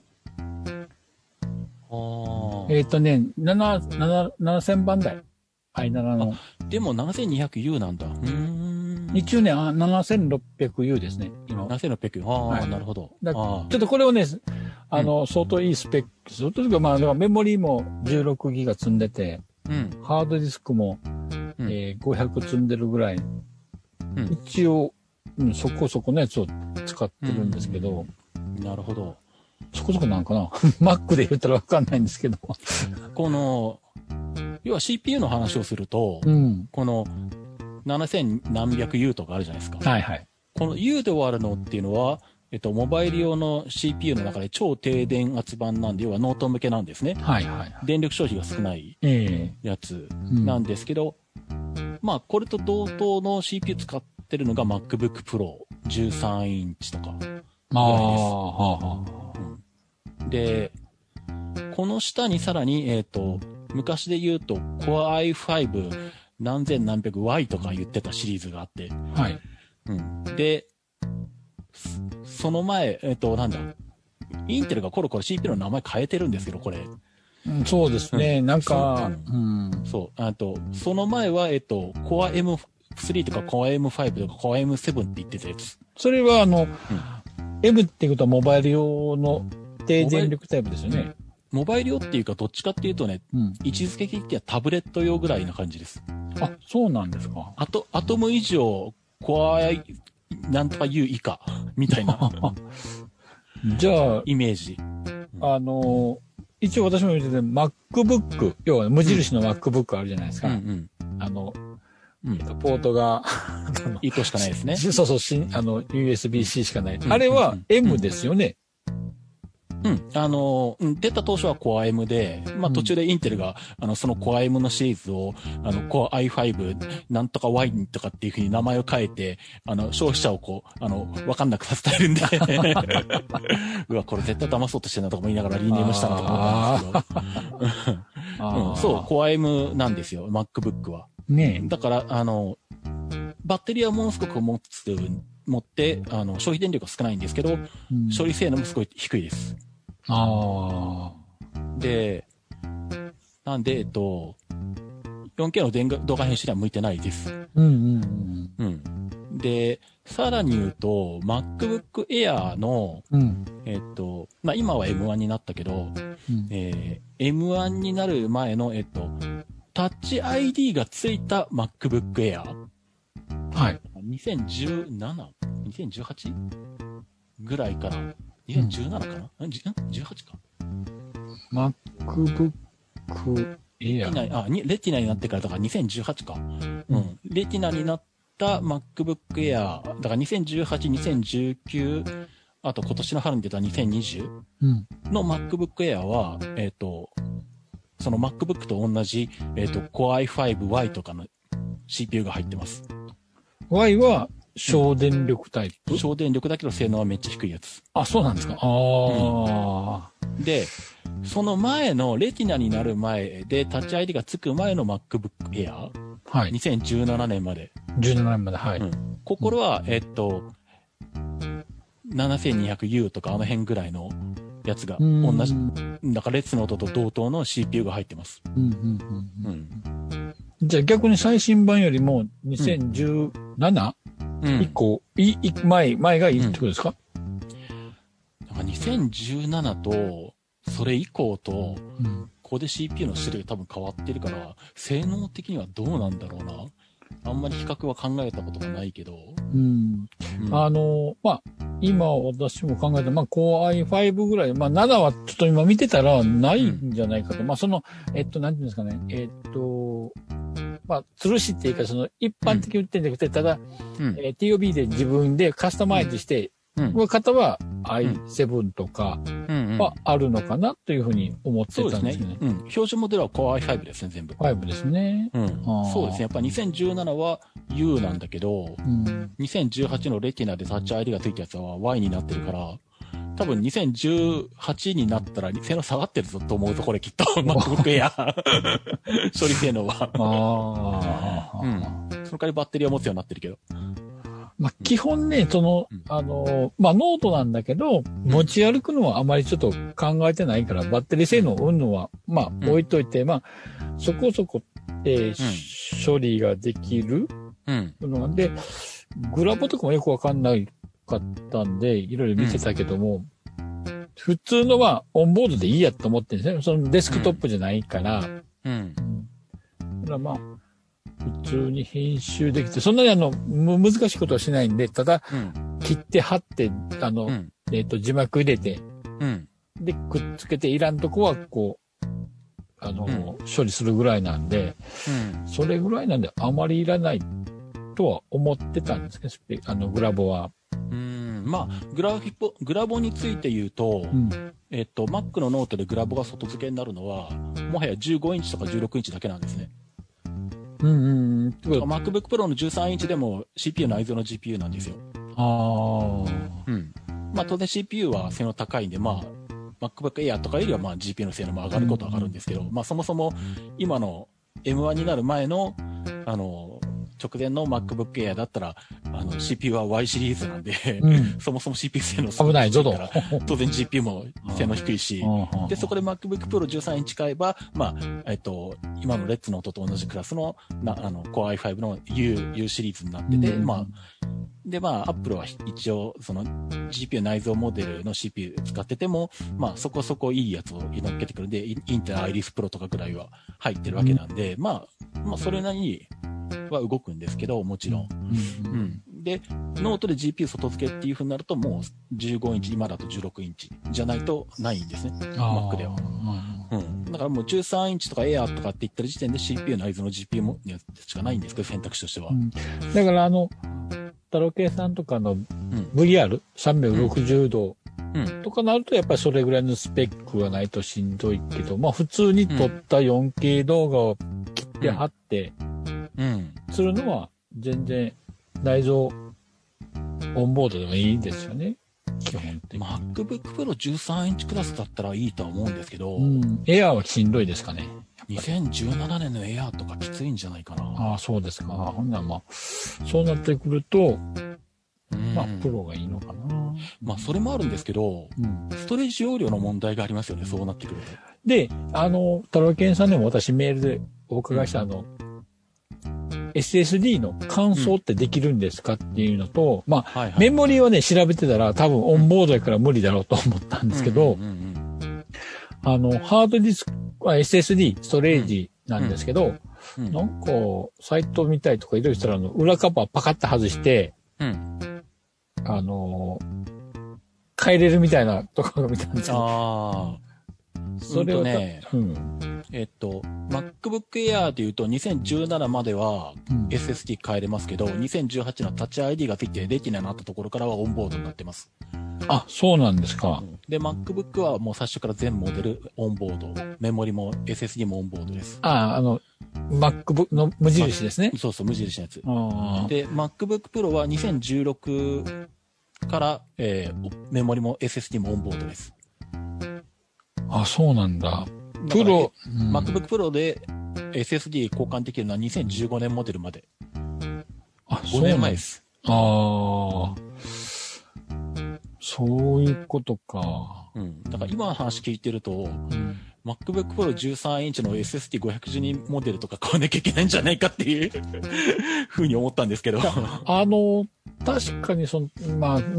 あーえーっとね、なな、なな、ななせんばん台。アイセブン の。 でも ななせんにひゃくユー なんだ。うーん。 一応ね、あ ななせんろっぴゃくユー ですね。今。 ななせんろっぴゃくユー。ああ、 はいなるほど。 だあちょっとこれをね、あの、相当いいスペック、相当というか、まあ、だからメモリーもじゅうろくギガ積んでて、 あ。うん。 ハードディスクも、 うんえーごひゃく積んでるぐらい、 うん一応、うん、そこそこのやつを使ってるんですけど、 なるほど。 そこそこなんかなMac で言ったらわかんないんですけど。 この、要は シーピーユー の話をすると、 うん。 このななせんなんびゃくユー とかあるじゃないですか。 はいはい。 この U で終わるのっていうのは、えっと、モバイル用の シーピーユー の中で超低電圧版なんで、要はノート向けなんですね。 はいはいはい。 電力消費が少ないえやつえうんなんですけど、まあ、これと同等の シーピーユー 使ってるのが MacBook Pro じゅうさんインチとか。 ああ、はあはあ。 で、この下にさらに、えっと、昔で言うと Core アイファイブ 何千何百 Y とか言ってたシリーズがあって、 はい。 うん。で、そその前、えっと、なんだ、インテルがコロコロ シーピーユー の名前変えてるんですけど、これ。 うんそうですね。なんか、 そううん。 そう。あと、その前は、えっと、Core エムスリー とか Core エムファイブ とか Core エムセブン って言ってたやつ。 それはあの、M っていうことはモバイル用の低電力タイプですよね。 モバイル用っていうか、どっちかっていうとね、 うん。 位置づけ的にはタブレット用ぐらいな感じです。 あ、そうなんですか。 あと、アトム以上、Core なんとか U 以下、みたいなじゃあ、 イメージ。 あの、一応私も言ってて、MacBook、要は無印の MacBook あるじゃないですか。 うんうん。 あの、 うんえっとポートが、 いっこしかないですね。 そうそう、しあの、ユーエスビーシー しかない。 んあれはうん M ですよね。 うん。あの、うん出た当初は Core エム で、まあ途中でインテルが、あの、その Core エム のシリーズを、あの、Core アイファイブ なんとか Y とかっていう風に名前を変えて、あの、消費者をこう、あの、わかんなくさせてるんで、うわ、これ絶対騙そうとしてんなとかも言いながらリネームしたなとか思ったんですけど、うん、そう、Core エム なんですよ、MacBook は。 ねだから、あの、バッテリーはものすごく持つ、持って、あの、消費電力が少ないんですけど、 え。うん処理性能もすごい低いです。 あで、なんで、えっと、よんケー の電画動画編集には向いてないです。 あ。うんうんうん。で、 さらに言うと、MacBook Air の、 うん。 えっと、まあ、今は エムワン になったけど、 うんえー、エムワン になる前の、えっと、タッチ アイディー がついた MacBook Air。 はい。 にせんじゅうなな?にせんじゅうはち? ぐらいから、にせんじゅうななかな、うん、じゅうはちか。 MacBook レティナ Air。 あ、に、レティナになってからだからにせんじゅうはちか。うん。レティナになった MacBook Air。だからにせんじゅうはち、にせんじゅうきゅう、あと今年の春に出たにせんにじゅうの MacBook Air は、えっと、その MacBook と同じ、えっと、Core アイファイブワイ とかの シーピーユー が入ってます。 Y は省電力タイプ、 うん、省電力だけど性能はめっちゃ低いやつ。 あ、そうなんですか。ああ、 うん。で、その前のレティナになる前でタッチ アイディー がつく前の MacBook Air。はい。にせんじゅうななねんまで。 じゅうななねんまで、はい。うん。 ここは、えっと、ななせんにひゃくユー とかあの辺ぐらいのやつが同じ、だからレッツノートと同等の シーピーユー が入ってます。うんうんうんうん。 じゃあ逆に最新版よりもにせんじゅうなな、うん、以降、い、い、前、前がいいってことですか？ うん、なんかにせんじゅうななと、それ以降と、うん、ここで シーピーユー の種類多分変わってるから、性能的にはどうなんだろうな。あんまり比較は考えたことがないけど。 うん。うん、あの、まあ、今私も考えた、まあ、Core アイファイブ ぐらい、まあ、ななはちょっと今見てたらないんじゃないかと。うん、まあ、その、えっと、なんていうんですかね。えっと、まあ、吊るしっていうか、その、一般的に売ってんじゃなくて、ただ、うん、えー、ティーオービー で自分でカスタマイズして、うん、この方は アイセブン とかはあるのかなというふうに思ってたんですね。 そうですね。うん。標準モデルは Core アイファイブ ですね、全部。 ファイブですね。 うん。そうですね。やっぱにせんじゅうななは U なんだけど、うん、にせんじゅうはちのレティナでタッチ アイディー がついたやつは Y になってるから、多分にせんじゅうはちになったら性能下がってるぞと思うとこれきっと MacBook Air 処理性能は。ああ。うん。その代わりバッテリーは持つようになってるけど。 まあ、基本ね、その、うん、あの、まあ、ノートなんだけど、持ち歩くのはあまりちょっと考えてないから、バッテリー性能を売るのは、まあ、置いといて、うん、まあ、そこそこ、えー、うん、処理ができるので、グラボとかもよくわかんないかったんで、いろいろ見てたけども、うん、普通のはオンボードでいいやと思ってるんですね。そのデスクトップじゃないから。うん。だからまあ、普通に編集できて、そんなにあの、難しいことはしないんで、ただ、うん、切って貼って、あの、うん、えっと、字幕入れて、うん、で、くっつけていらんとこは、こう、あの、うん、処理するぐらいなんで、うん、それぐらいなんで、あまりいらないとは思ってたんですけど、あの、グラボは。 うん、まあ、グラフィポ、グラボについて言うと、うん、えっと、Mac のノートでグラボが外付けになるのは、もはやじゅうごインチとかじゅうろくインチだけなんですね。うんうんうん。MacBook Pro のじゅうさんインチでも シーピーユー 内蔵の ジーピーユー なんですよ。ああ。うん。まあ当然 シーピーユー は性能高いんで、まあ MacBook Air とかよりはまあ ジーピーユー の性能も上がることは上がるんですけど、うんうん、まあそもそも今の エムワン になる前の、あの、直前の MacBook Air だったら、あの シーピーユー は Y シリーズなんで、うん、そもそも シーピーユー 性能危ないぞと。 当然 ジーピーユー も性能低いし、で、そこで MacBook Pro じゅうさんインチ買えば、まあ、えっと、今のレッツノートと同じクラスの、なあの、Core アイファイブ の U、U シリーズになってて、うん、まあ、で、まあ、Apple は一応、その ジーピーユー 内蔵モデルの シーピーユー 使ってても、まあ、そこそこいいやつを乗っけてくるんで、インテル Iris Pro とかぐらいは入ってるわけなんで、うん、まあ、まあ、それなりには動くんですけど、もちろん。うん。うん、で、ノートで ジーピーユー 外付けっていう風になると、もうじゅうごインチ、今だとじゅうろくインチじゃないとないんですね。Mac では。うん。だからもうじゅうさんインチとか Air とかって言った時点で シーピーユー 内蔵の ジーピーユー もしかないんですけど、選択肢としては。うん、 だからあの、太郎系さんとかの ブイアールさんびゃくろくじゅうどとかなるとやっぱりそれぐらいのスペックがないとしんどいけど、まあ普通に撮った よんケー 動画を切って貼って、うん。するのは全然内蔵オンボードでもいいんですよね。基本的に。 MacBook Pro じゅうさんインチクラスだったらいいとは思うんですけど。 うん。エアーはしんどいですかね。 にせんじゅうななねんのエアーとかきついんじゃないかな。 ああ、そうですか。ほんならまあ、そうなってくると、まあ、プロがいいのかな。 まあ、それもあるんですけど、うん、ストレージ容量の問題がありますよね、そうなってくると。 で、あの、太郎健さんでも私メールでお伺いした、うん、あの、 エスエスディー の換装ってできるんですかっていうのと、まあ、 はいはい、 メモリをね、調べてたら多分オンボードやから無理だろうと思ったんですけど、 うんうんうん、 あの、ハードディスクは エスエスディー、ストレージなんですけど、 うんうん、 なんか、サイト見たいとかいろいろしたら、あの、裏カバーパカッて外して、うん、あの、変えれるみたいなところが見たんですけど。ああ。 それをね、うん、えっと、MacBook Air で言うとにせんじゅうななまでは エスエスディー 変えれますけど、うん、にせんじゅうはちのタッチ アイディー がついてレティナになったところからはオンボードになってます。 あ、そうなんですか。 で、MacBook はもう最初から全モデルオンボード。メモリも エスエスディー もオンボードです。 ああ、あの、MacBook の無印ですね。 そうそう、無印のやつ。で、MacBook Pro はにせんじゅうろくから、えー、メモリも エスエスディー もオンボードです。 あ、そうなんだ。プロ、 うん、MacBook Pro で エスエスディー 交換できるのはにせんじゅうごねんモデルまで。 あ、 ごねんまえです。 ああ。そういうことか。 うん。だから今の話聞いてると、うん、MacBook Pro じゅうさんインチの エスエスディーごひゃくじゅうに モデルとか買わなきゃいけないんじゃないかっていうふうに思ったんですけど。 あの、確かにその、まあ、うん。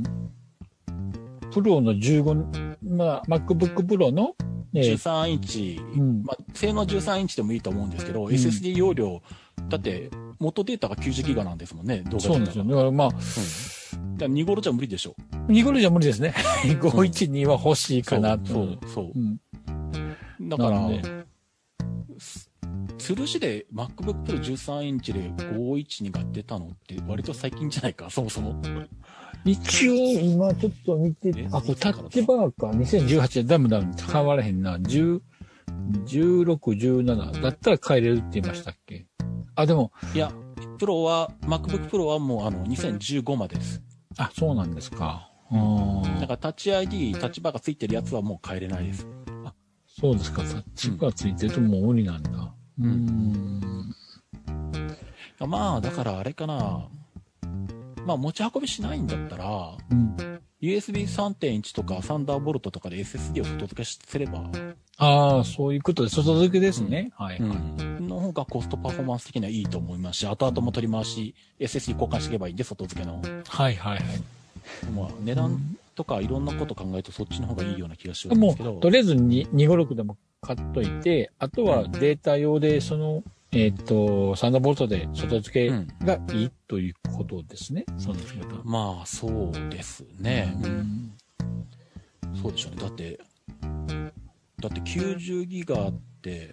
プロのじゅうご、まあ、MacBook Pro の、 ね、じゅうさんインチ、うん、まあ、性能じゅうさんインチでもいいと思うんですけど、うん、エスエスディー 容量、だって、元データがきゅうじゅうギガなんですもんね、動画データが。 そうですよね。だからまあ、うん、 だからに頃じゃ無理でしょ。 に頃じゃ無理ですね。ごじゅういちには欲しいかなと。 そう、そう。うん、だから、吊るしで MacBook Pro じゅうさんインチでごじゅういちにが出たのって割と最近じゃないか、そもそも。 一応、今ちょっと見て、あ、これタッチバーか。にせんじゅうはちでダムダム変わらへんな。じゅう、じゅうろく、じゅうななだったら変えれるって言いましたっけ？あ、でも。 いや、プロは、MacBook Pro はもうあの、にせんじゅうごまでです。 あ、そうなんですか。 うん。だからタッチ アイディー、タッチバーがついてるやつはもう変えれないです。 あ、そうですか。タッチバーついてるともう無理なんだ。うん。うーん。まあ、だからあれかな。まあ持ち運びしないんだったら、うん、ユーエスビーさんてんいち とかサンダーボルトとかで エスエスディー を外付けすれば。 ああ、そういうことで、外付けですね。うん、はい、はい、 うん。の方がコストパフォーマンス的にはいいと思いますし、後々も取り回し、エスエスディー 交換していけばいいんで、外付けの。 はいはいはい。 まあ値段とかいろんなこと考えるとそっちの方がいいような気がしますけど。 もう、とりあえずににごろくでも買っといて、あとはデータ用でその、えっ、ー、と、サンダーボルトで外付けがいいということですね。うん、その付け方。 まあ、そうですね。うん、そうでしょうね。だって、だってきゅうじゅうギガって、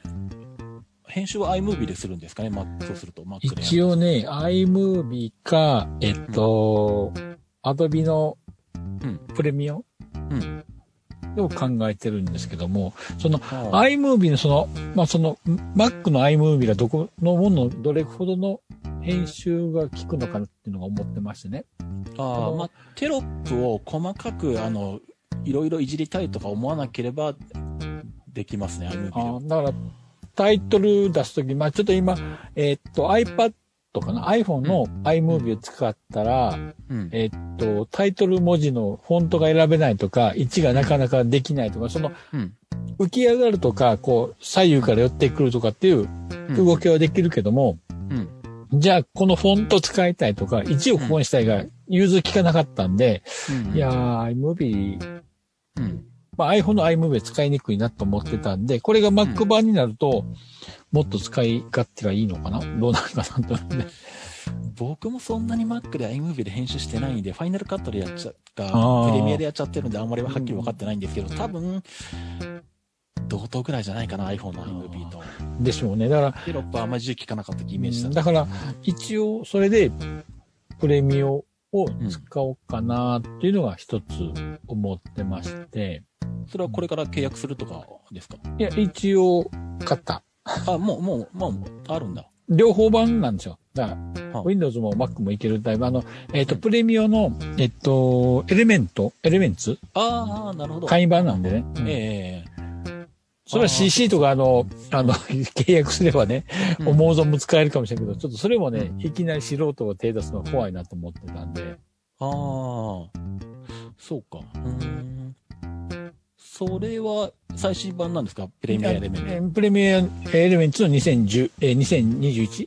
編集は iMovie でするんですかね、まあ、そうすると。Mac で一応ね、iMovie か、えっと、うん、Adobe のプレミアム、うんを考えてるんですけども、その iMovie のその、まあ、その Mac の iMovie がどこのもの、どれほどの編集が効くのかなっていうのが思ってましてね。 ああ、まあ、テロップを細かく、あの、いろいろいじりたいとか思わなければできますね、iMovie で。ああ、だからタイトル出すとき、まあ、ちょっと今、えー、っと iPadかな iPhone の iMovie を使ったら、うん、えー、っと、タイトル文字のフォントが選べないとか、位置がなかなかできないとか、その、うん、浮き上がるとか、こう、左右から寄ってくるとかっていう動きはできるけども、うん、じゃあ、このフォント使いたいとか、位置をここにしたいが、融通効かなかったんで、うん、いやー、iMovie、うん、まあ、iPhone の iMovie 使いにくいなと思ってたんで、これが Mac 版になると、もっと使い勝手がいいのかなどうなるかなと思って。 僕もそんなに Mac で iMovie で編集してないんで、ファイナルカットでやっちゃった、プレミアでやっちゃってるんで、あんまりはっきり分かってないんですけど、多分、同等ぐらいじゃないかな、iPhone の iMovie と。 でしょうね。だから、 テロップはあんまり重機かなかったイメージだ、 うん、だから、一応、それで、プレミアを使おうかなっていうのが一つ思ってまして、 うん。それはこれから契約するとかですか？ いや、一応、買った。 あ、もう、もう、もう、あるんだ。 両方版なんですよ。だから、Windows も Mac もいけるタイプ。あの、えっ、ー、と、プレミアの、えっと、エレメント、エレメンツああ、なるほど。 会員版なんでね。うん、ええー。それは シーシー とかあの、あの、契約すればね、思う存分使えるかもしれないけど、ちょっとそれもね、いきなり素人が手出すのは怖いなと思ってたんで。 ああ、そうか。うーん。それは最新版なんですか？プレミアエレメント。 プレミアエレメントのにせんじゅう、えー、にせんにじゅういち?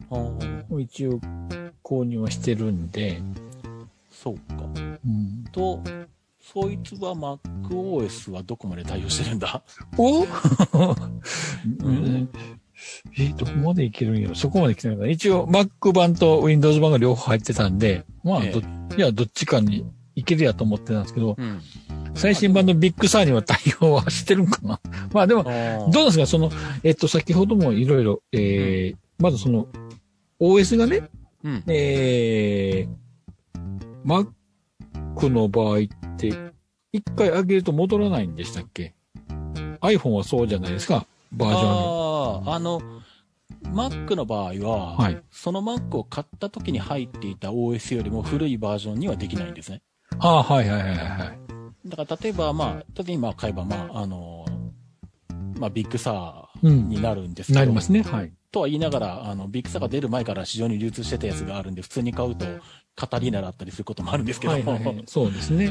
一応購入はしてるんで。 そうか。 うん、 と、そいつは MacOS はどこまで対応してるんだ？ おうん、え、どこまでいけるんやろ？そこまで来てないかな。一応 Mac 版と Windows 版が両方入ってたんで、まあ、ええ、いや、どっちかにいけるやと思ってたんですけど、うん、最新版のビッグサーには対応はしてるんかな。まあでも、どうなんですか、その、えっと、先ほどもいろいろ、えー、うん、まずその、オーエス がね、うん、えー、Mac の場合って、一回上げると戻らないんでしたっけ？ iPhone はそうじゃないですか、バージョンああ、あの、Mac の場合は、はい、その Mac を買った時に入っていた オーエス よりも古いバージョンにはできないんですね。 ああ、はいはいはいはい。 だから例えば、まあ、時にまあ買えば、まあ、あの、まあ、ビッグサーになるんですけど、うん、 なりますね。はい。 とは言いながら、あの、ビッグサーが出る前から市場に流通してたやつがあるんで、普通に買うと、カタリーナだったりすることもあるんですけど、はいはいはい、 そうですね。 うん。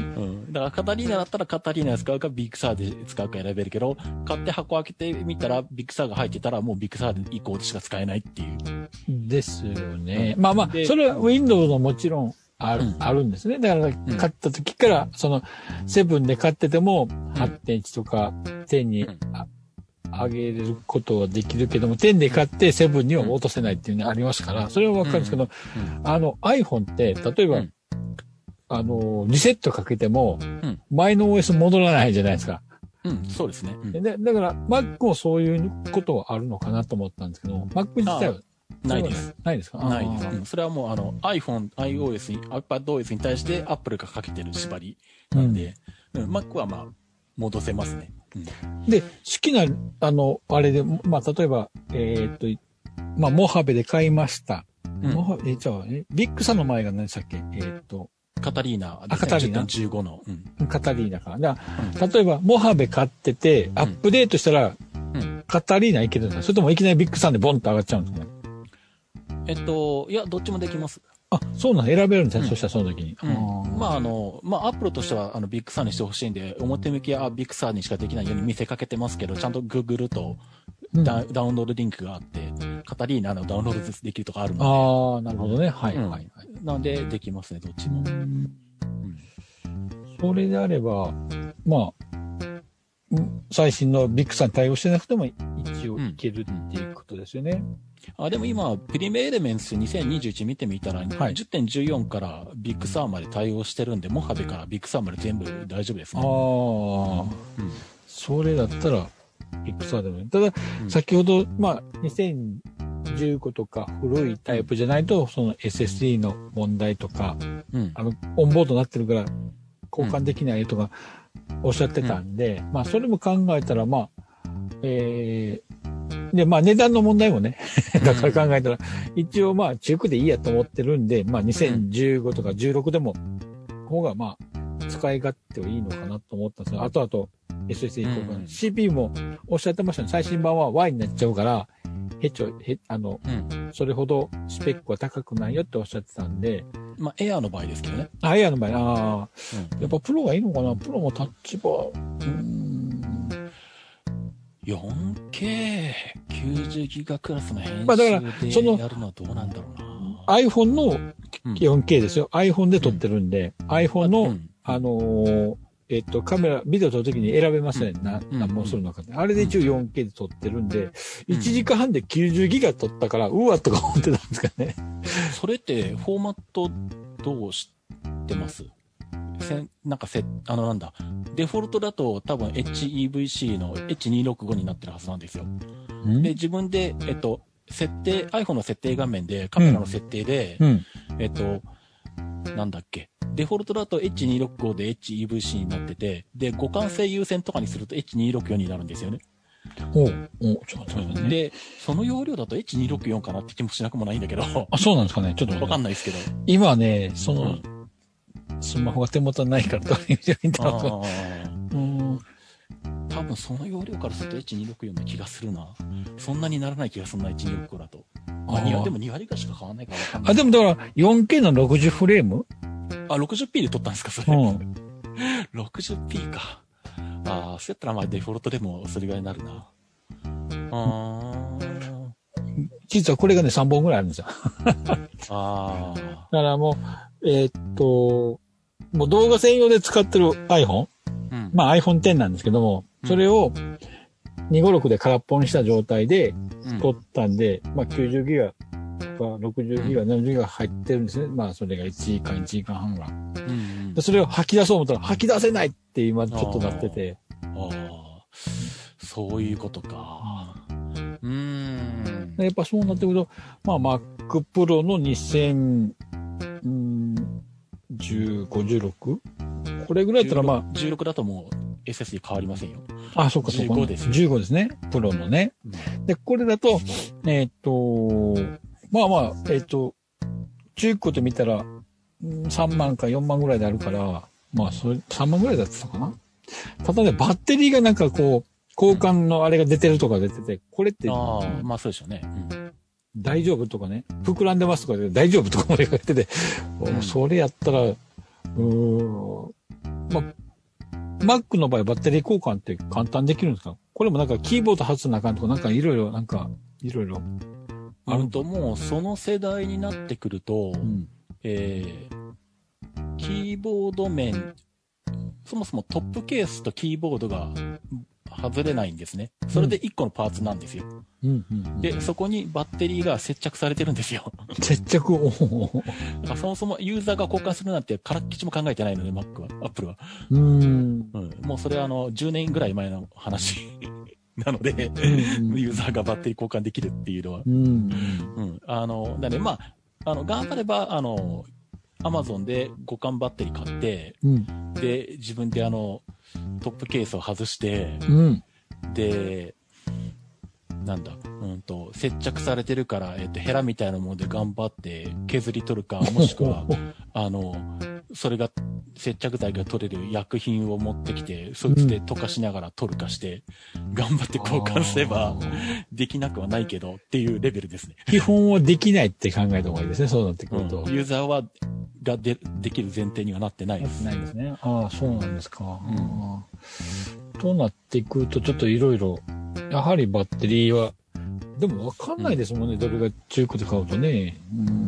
だからカタリーナだったらカタリーナ使うかビッグサーで使うか選べるけど、買って箱開けてみたらビッグサーが入ってたらもうビッグサーで以降でしか使えないっていう。 ですよね。うん、まあまあ、それは Windows のもちろんある、うん、あるんですね。だから買った時から、そのセブンで買ってても はちてんいち とかじゅうに、うん上げることはできるけども、じゅうで買ってセブンには落とせないっていうのがありますから、それはわかるんですけど、うんうん、あの iPhone って、例えば、うん、あの、リセットかけても、前の オーエス 戻らないじゃないですか。 うん、そうですね。うん、 でだから、Mac もそういうことはあるのかなと思ったんですけど、Mac 自体はないです。 ないですか？ ないです。うん、それはもうあの iPhone、iOS に、iPadOS に対して Apple がかけてる縛りなんで、うんうん、Mac はまあ、戻せますね。 うん、で、好きな、あの、あれで、まあ、例えば、えー、っと、まあ、モハベで買いました。うん、モハえ、じゃあ、え、ビッグサの前が何でしたっけ？えー、っと、 カタリーナ。 あ、カタリーナ。 じゅうごの。うん、 カタリーナか。だから、うん、例えば、モハベ買ってて、アップデートしたら、うん、カタリーナいけるんですか？それともいきなりビッグサンでボンと上がっちゃうんですかね？ えっと、いや、どっちもできます。 あ、そうなん選べるんですね、うん、そしたらその時に。 うん、まあ、あの、まあ、アップルとしては、あの、ビッグサーにしてほしいんで、表向きはビッグサーにしかできないように見せかけてますけど、ちゃんとググるとダ、うん、ダウンロードリンクがあって、カタリーナのダウンロードできるとかあるので。 ああ、なるほどね。はい、はい、はい。 なんで、できますね、どっちも。うん、 それであれば、まあ、最新のビッグサーに対応してなくても、一応いけるっていうことですよね。うんあ、でも今、プリメエレメンスにせんにじゅういち見てみたら、はい、じゅってんじゅうよん からビッグサーまで対応してるんで、モハベからビッグサーまで全部大丈夫ですね。 ああ、うん、それだったら、ビッグサーでもいい。ただ、うん、先ほど、まあ、にせんじゅうごとか古いタイプじゃないと、その エスエスディー の問題とか、うん、あの、オンボードになってるから、交換できないとか、おっしゃってたんで、うん、まあ、それも考えたら、まあ、えー、で、まあ値段の問題もね、だから考えたら、一応まあ中古でいいやと思ってるんで、まあにせんじゅうごとかじゅうろくでも、方がまあ使い勝手はいいのかなと思ったんですが、あとあと エスエスディー 交換、うん、シーピーユー もおっしゃってましたね、最新版は Y になっちゃうから、へちょ、へ、あの、うん、それほどスペックは高くないよっておっしゃってたんで、 まあエアーの場合ですけどね。 あ、エアーの場合、ああ、うん、やっぱプロがいいのかな、プロもタッチバー、うーんよんケーきゅうじゅうギガクラスの編集でやるのはどうなんだろうな。 まあ、iPhone の よんケー ですよ。うん、iPhone で撮ってるんで、うん、iPhone の、うん、あのー、えっと、カメラ、ビデオ撮るときに選べますね。うん、な、何本するのかって。あれで一応 よんケー で撮ってるんで、うん、いちじかんはんできゅうじゅうギガ撮ったから、うわとか思ってたんですかね。 それって、フォーマットどうしてますせなんかせ、あのなんだ、デフォルトだと多分 エイチイーブイシー の エイチにひゃくろくじゅうご になってるはずなんですよ。で、自分で、えっと、設定、iPhone の設定画面で、カメラの設定で、うん、えっと、なんだっけ、デフォルトだと エイチにひゃくろくじゅうご で エイチイーブイシー になってて、で、互換性優先とかにすると エイチにひゃくろくじゅうよん になるんですよね。 おう、おう、ちょっと待ってね。 で、その容量だと エイチにひゃくろくじゅうよん かなって気もしなくもないんだけど。 あ、そうなんですかね。ちょっとわかんないですけど。 今ね、その、うんスマホが手元にないからどういう意味で見たのか。 多分その容量からすると エイチにひゃくろくじゅうよん の気がするな。そんなにならない気がするな、エイチにひゃくろくじゅうごだと。あ、にでもに割がしか変わらないから分かんない。 あ、でもだから よんケー のろくじゅうフレームあ、ろくじゅうピー で撮ったんですか、それ。うん、ろくじゅうピー か。ああ、そうやったらまあデフォルトでもそれぐらいになるな。あー実はこれがね、さんぼんぐらいあるんですよ。 ああ。 だからもう、えーっと、もう動画専用で使ってる iPhone、うん、まあ アイフォンテン なんですけども、それをにごろくで空っぽにした状態で撮ったんで、うん、まあきゅうじゅうギガとかろくじゅうギガ、ななじゅうギガ入ってるんですね。まあそれがいちじかん、いちじかんはんぐらい。うんうん、でそれを吐き出そう思ったら吐き出せないって今ちょっとなってて。 ああ、そういうことか。うーん。 やっぱそうなってくると、まあ Mac Pro のにせんじゅうご、じゅうろく? これぐらいだったらまあ。 じゅうろくだともう エスエスディー 変わりませんよ。 あ、そうかそうか。じゅうごです。じゅうごですね。プロのね。うん、で、これだと、えー、っと、まあまあ、えー、っと、中古で見たら、さんまんかよんまんぐらいであるから、まあ、それ、さんまんぐらいだったかな。ただね、バッテリーがなんかこう、交換のあれが出てるとか出てて、これって。 ああ、まあそうでしょうね。うん、 大丈夫とかね、膨らんでますとかで大丈夫とかまで言ってて、うん、それやったら、うーん、まあ、Mac の場合バッテリー交換って簡単できるんですか？これもなんかキーボード外さなあかんとか、なんかいろいろ、なんか、いろいろ。 あるともうその世代になってくると、うん、えー、キーボード面、そもそもトップケースとキーボードが外れないんですね。それでいっこのパーツなんですよ。うんうんうん、で、そこにバッテリーが接着されてるんですよ。 接着をそもそもユーザーが交換するなんてからっきしも考えてないので、Mac は、Apple は。うーん、うん。もうそれはあの、じゅうねんぐらい前の話なので、うんうん、ユーザーがバッテリー交換できるっていうのは。うん、うん。あの、だね、まあ、あの、頑張れば、あの、アマゾンで互換バッテリー買って、うん、で、自分であの、トップケースを外して、うん、で、なんだ、うんと、接着されてるから、えっと、ヘラみたいなもので頑張って削り取るか、もしくは、あの、それが、接着剤が取れる薬品を持ってきて、そいつで溶かしながら取るかして、うん、頑張って交換すれば、できなくはないけどっていうレベルですね。 基本はできないって考えた方がいいですね、そうなってくると。 うん、ユーザーは、がで、できる前提にはなってないです。 なってないですね。ああ、そうなんですか。うん、となってくると、ちょっといろいろ、やはりバッテリーは、でもわかんないですもんね、うん、どれが中古で買うとね。うん、うん、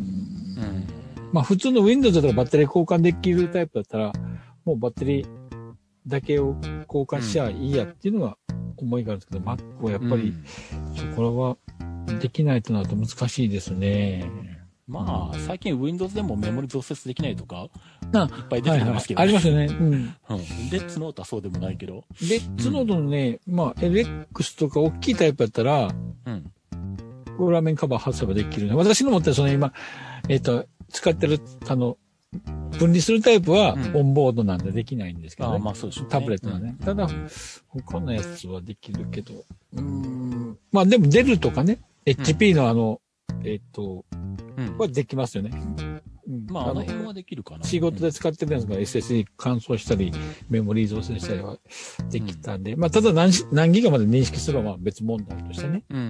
まあ普通の Windows だったらバッテリー交換できるタイプだったら、もうバッテリーだけを交換しちゃいいやっていうのが思いがあるんですけど、うん、Mac はやっぱり、うん、これはできないとなると難しいですね。 まあ、最近 Windows でもメモリ増設できないとか、いっぱい出てきてますけど、 ね。はいはい、ありますよね。うん。うん。 レッツノートはそうでもないけど。 レッツノートのね、うん、まあ、エルエックス とか大きいタイプだったら、うん。裏面カバー外せばできる、ね。私の持ってるその今、えっと、使ってる、あの、分離するタイプはオンボードなんでできないんですけど、ね、 あまあそうですね。 タブレットはね。うん、ただ、他のやつはできるけど、うーん。まあでもデルとかね、エイチピー のあの、うん、えっと、うん、はできますよね。 うん、まあ、あの辺はできるかな。 仕事で使ってるやつが エスエスディー 乾燥したり、メモリー増設したりはできたんで、うん、まあ、ただ何、何ギガまで認識すればまあ別問題としてね。うん。うん、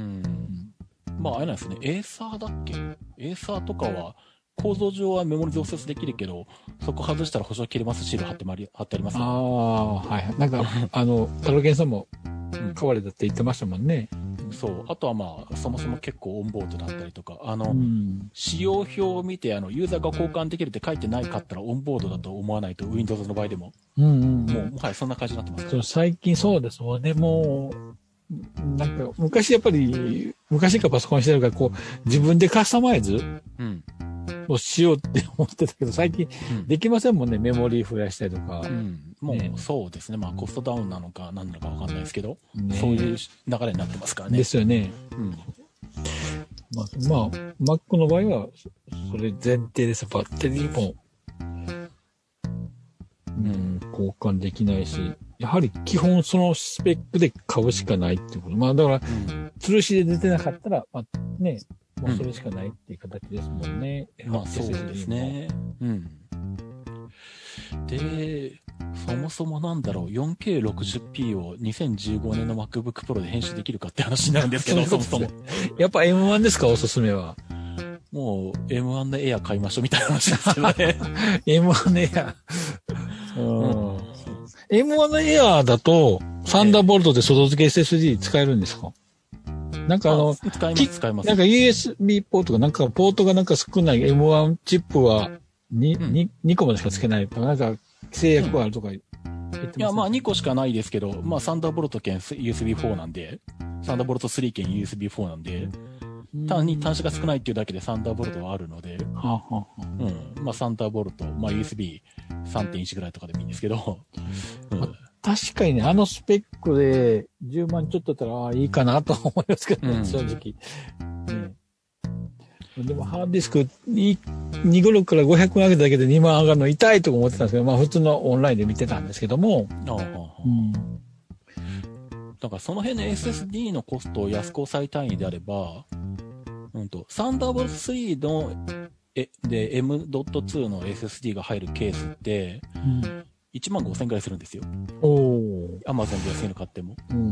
まあ、あれなんですね。エーサーだっけ？エーサーとかは、構造上はメモリ増設できるけど、そこ外したら保証切れますシール貼ってまり、貼ってありますから、ね。ああ、はい。なんか、あの、タロケンさんも買われたって言ってましたもんね。 そう。あとはまあ、そもそも結構オンボードだったりとか、あの、うん、使用表を見て、あの、ユーザーが交換できるって書いてないかったらオンボードだと思わないと、Windows の場合でも。うんうん、もう、もはやそんな感じになってますから、 そう、最近そうですもんね。もう、なんか、昔やっぱり、昔からパソコンしてるから、こう、自分でカスタマイズをしようって思ってたけど、最近できませんもんね。メモリー増やしたりとか。 うん、もう、そうですね。まあ、コストダウンなのか何なのかわかんないですけど、ね、そういう流れになってますからね。 ですよね。うん。まあ、まあ、Mac の場合は、それ前提です。バッテリーも、うん、交換できないし、やはり基本そのスペックで買うしかないっていうこと。まあだから、うん、吊るしで出てなかったら、まあね、もうそれしかないっていう形ですもんね。 うん、まあそうですね。うん。で、そもそもなんだろう、よんケーろくじゅうピー をにせんじゅうごねんの MacBook Pro で編集できるかって話になるんですけど、そもそも。 やっぱ エムワン ですか、おすすめは。 もう エムワン のエア買いましょうみたいな話ですけどね。 エムワン のエア。うん、エムワン のエアだと、サンダーボルトで外付け エスエスディー 使えるんですか？ なんかあの、 使います、使います。 なんか ユーエスビー ポートが、なんかポートがなんか少ない エムワン チップはに、うん、に、にこまでしかつけないとか、なんか制約があるとか言ってます、ね、 いや、まあにこしかないですけど、まあサンダーボルト兼 ユーエスビーフォー なんで、サンダーボルトスリー兼 ユーエスビーフォー なんで、単に端子が少ないっていうだけでサンダーボルトはあるので、 はあはあ、 うん。まあサンダーボルト、まあ ユーエスビーさんてんいち ぐらいとかでもいいんですけど、 うん、確かにね、あのスペックでじゅうまんちょっとだったら、ああ、いいかなと思いますけどね、うん、正直。ね、でもハードディスクにじゅうごろくからごひゃくまん上げただけでにまん上がるの痛いと思ってたんですけど、まあ普通のオンラインで見てたんですけども。ああ、うん、 だからその辺の エスエスディー のコストを安く抑えたいんであれば、うんと、サンダーボルトスリーの、え、で、エムドットツー の エスエスディー が入るケースって、うん、いちまんごせんくらいするんですよ。 おー。 アマゾンで安いの買っても。 うん、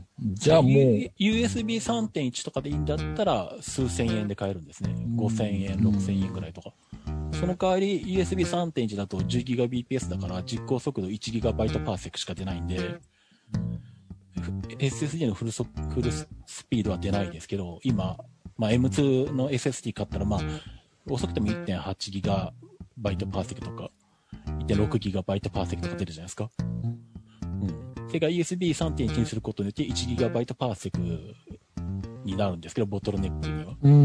じゃあもう。 ユーエスビーさんてんいち とかでいいんだったら、数千円で買えるんですね。ごせんえん、ろくせんえんくらいとか。その代わり、ユーエスビーさんてんいち だと じゅうギガビーピーエス だから実行速度いちギガバイトパーセクしか出ないんで、エスエスディー のフルソフルスピードは出ないですけど、今、まあ、エムツー の エスエスディー 買ったら、まあ、遅くても いってんはちギガバイトパーセクとか、いってんろくギガバイトパーセクとか出るじゃないですか。うん。それが ユーエスビーさんてんいち にすることによっていちギガバイトパーセクになるんですけど、ボトルネックには。うん、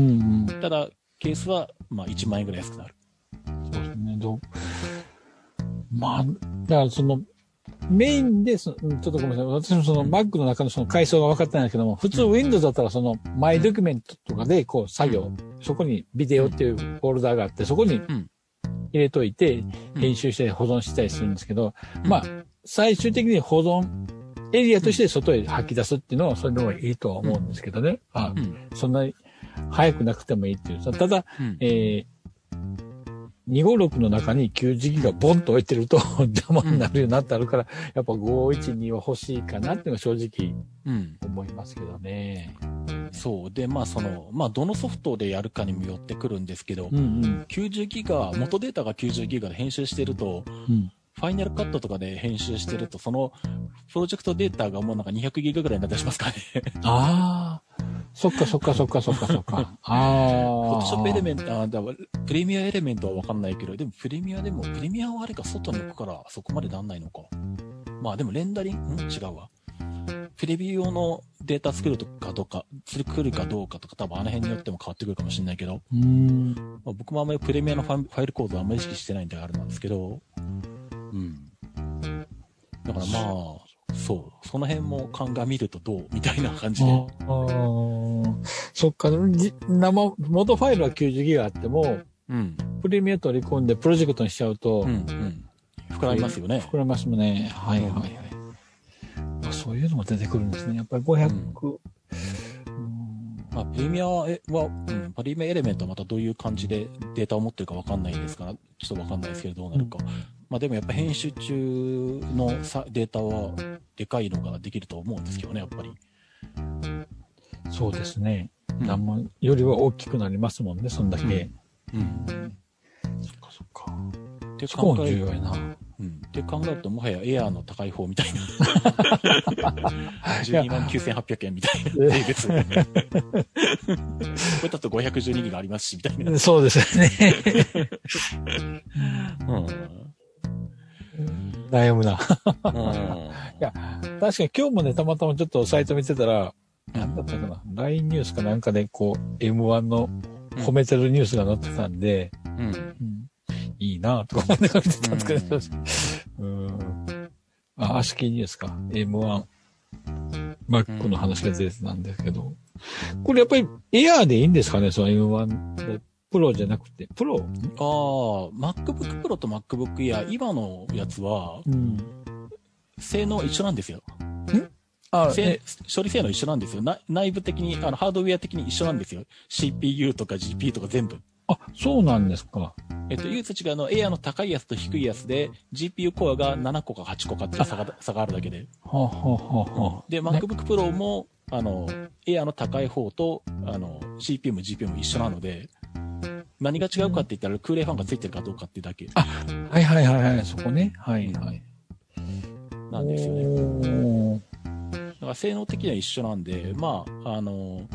うん。ただ、ケースは、まあ、いちまんえんぐらい安くなる。 そうですね。どうまあ、だからその、メインでそ、ちょっとごめんなさい。私もその Mac の中のその階層が分かってないんですけども、普通 Windows だったらそのマイドキュメントとかでこう作業、そこにビデオっていうフォルダーがあって、そこに入れといて編集して保存したりするんですけど、まあ、最終的に保存エリアとして外へ吐き出すっていうのはそれでもいいとは思うんですけどね。あ、そんなに早くなくてもいいっていう。ただ、えーにごろくの中にきゅうじゅうギガボンと置いてると邪魔になるようになってあるから、やっぱごひゃくじゅうには欲しいかなっていうのが正直思いますけどね。 うん、そう。で、まあその、まあどのソフトでやるかにもよってくるんですけど、うんうん、きゅうじゅうギガ、元データがきゅうじゅうギガで編集してると、うん、ファイナルカットとかで編集してると、そのプロジェクトデータがもうなんかにひゃくギガぐらいになったりしますかね。 ああ。そっかそっかそっかそっかそっか。ああ。 フォトショップエレメント、あだプレミアエレメントはわかんないけど、でもプレミアでも、プレミアはあれか外に置くからそこまでなんないのか。まあでもレンダリング、ん違うわ。プレビュー用のデータ作るとかどうか、作るかどうかとか多分あの辺によっても変わってくるかもしれないけど。うーん、まあ、僕もあんまりプレミアのファイルコードはあんまり意識してないんであれなんですけど。うん。だからまあ、そう。その辺も鑑みるとどうみたいな感じで。ああ。 そっか、生、元ファイルはきゅうじゅうギガあっても、うん。プレミア取り込んでプロジェクトにしちゃうと、うん、うん。 膨らみますよね。 膨らみますもんね。はいはいはい。うん、そういうのも出てくるんですね。やっぱりごひゃく、うんまあ、プレミアは、うん、プレミアエレメントはまたどういう感じでデータを持ってるかわかんないですから、ちょっとわかんないですけどどうなるか。うん、まあでもやっぱ編集中のさデータはでかいのができると思うんですけどね、やっぱり。 そうですね。うん、よりは大きくなりますもんね、そんだけ。うん。うん、そっかそっか。って考えると、 うん。って考えると、もはやエアーの高い方みたいな。じゅうにまんきゅうせんはっぴゃくえんみたいな。別に。これだとごひゃくじゅうにギガありますし、みたいな。 そうですね。うん。悩むな。うん、いや、確かに今日もね、たまたまちょっとサイト見てたら、なんだったかな、ライン ニュースかなんかで、こう、エムワン の褒めてるニュースが載ってたんで、うんうん、いいなぁとか思いながら見てたんですけど、うん、うん。あ、アシキーニュースか、エムワン、Mac の話が出てたんですけど、これやっぱりエアーでいいんですかね、その エムワン で。プロじゃなくて、プロ？ああ、 MacBook Pro と MacBook Air、今のやつは、うん、性能一緒なんですよ。んあ処理性能一緒なんですよ。な内部的に、あの、ハードウェア的に一緒なんですよ。シーピーユー とか ジーピーユー とか全部。 あ、そうなんですか。 えっと、唯一違うのは、エアの高いやつと低いやつで、ジーピーユー コアがななこかはちこかっていう差が、差があるだけで。はあ、はあはあ、で、MacBook Pro も、あの、エアの高い方と、あの、シーピーユー も ジーピーユー も一緒なので、何が違うかって言ったら、空冷ファンがついてるかどうかっていうだけ。 あ、はいはいはいはい、そこね。はいはい。 なんですよね。だから性能的には一緒なんで、まあ、あの、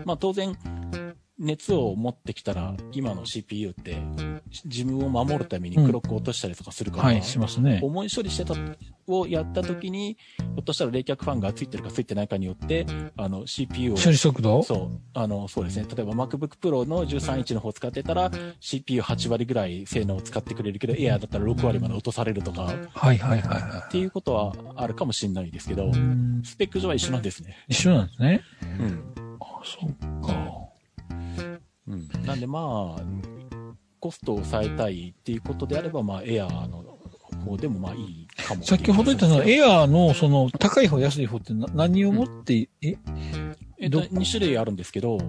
まあ当然、熱を持ってきたら、今の シーピーユー って、自分を守るためにクロックを落としたりとかするから、 うん、はい、しますね。 重い処理してた、をやった時に、ひょっとしたら冷却ファンがついてるかついてないかによって、あの シーピーユー を。 処理速度そう。あの、そうですね。例えば MacBook Pro のじゅうさんインチの方を使ってたら、シーピーユーはち 割ぐらい性能を使ってくれるけど、Air だったらろく割まで落とされるとか。はいはいはいはい。 っていうことはあるかもしれないですけど、スペック上は一緒なんですね。 一緒なんですね。 うん。 あ、そっか。 うん。なんでまあ、コストを抑えたいっていうことであれば、まあ、エアーの方でもまあいいかも。 先ほど言ったのは、エアーのその高い方、安い方って何をもって、うん、ええっと、に種類あるんですけど、うん、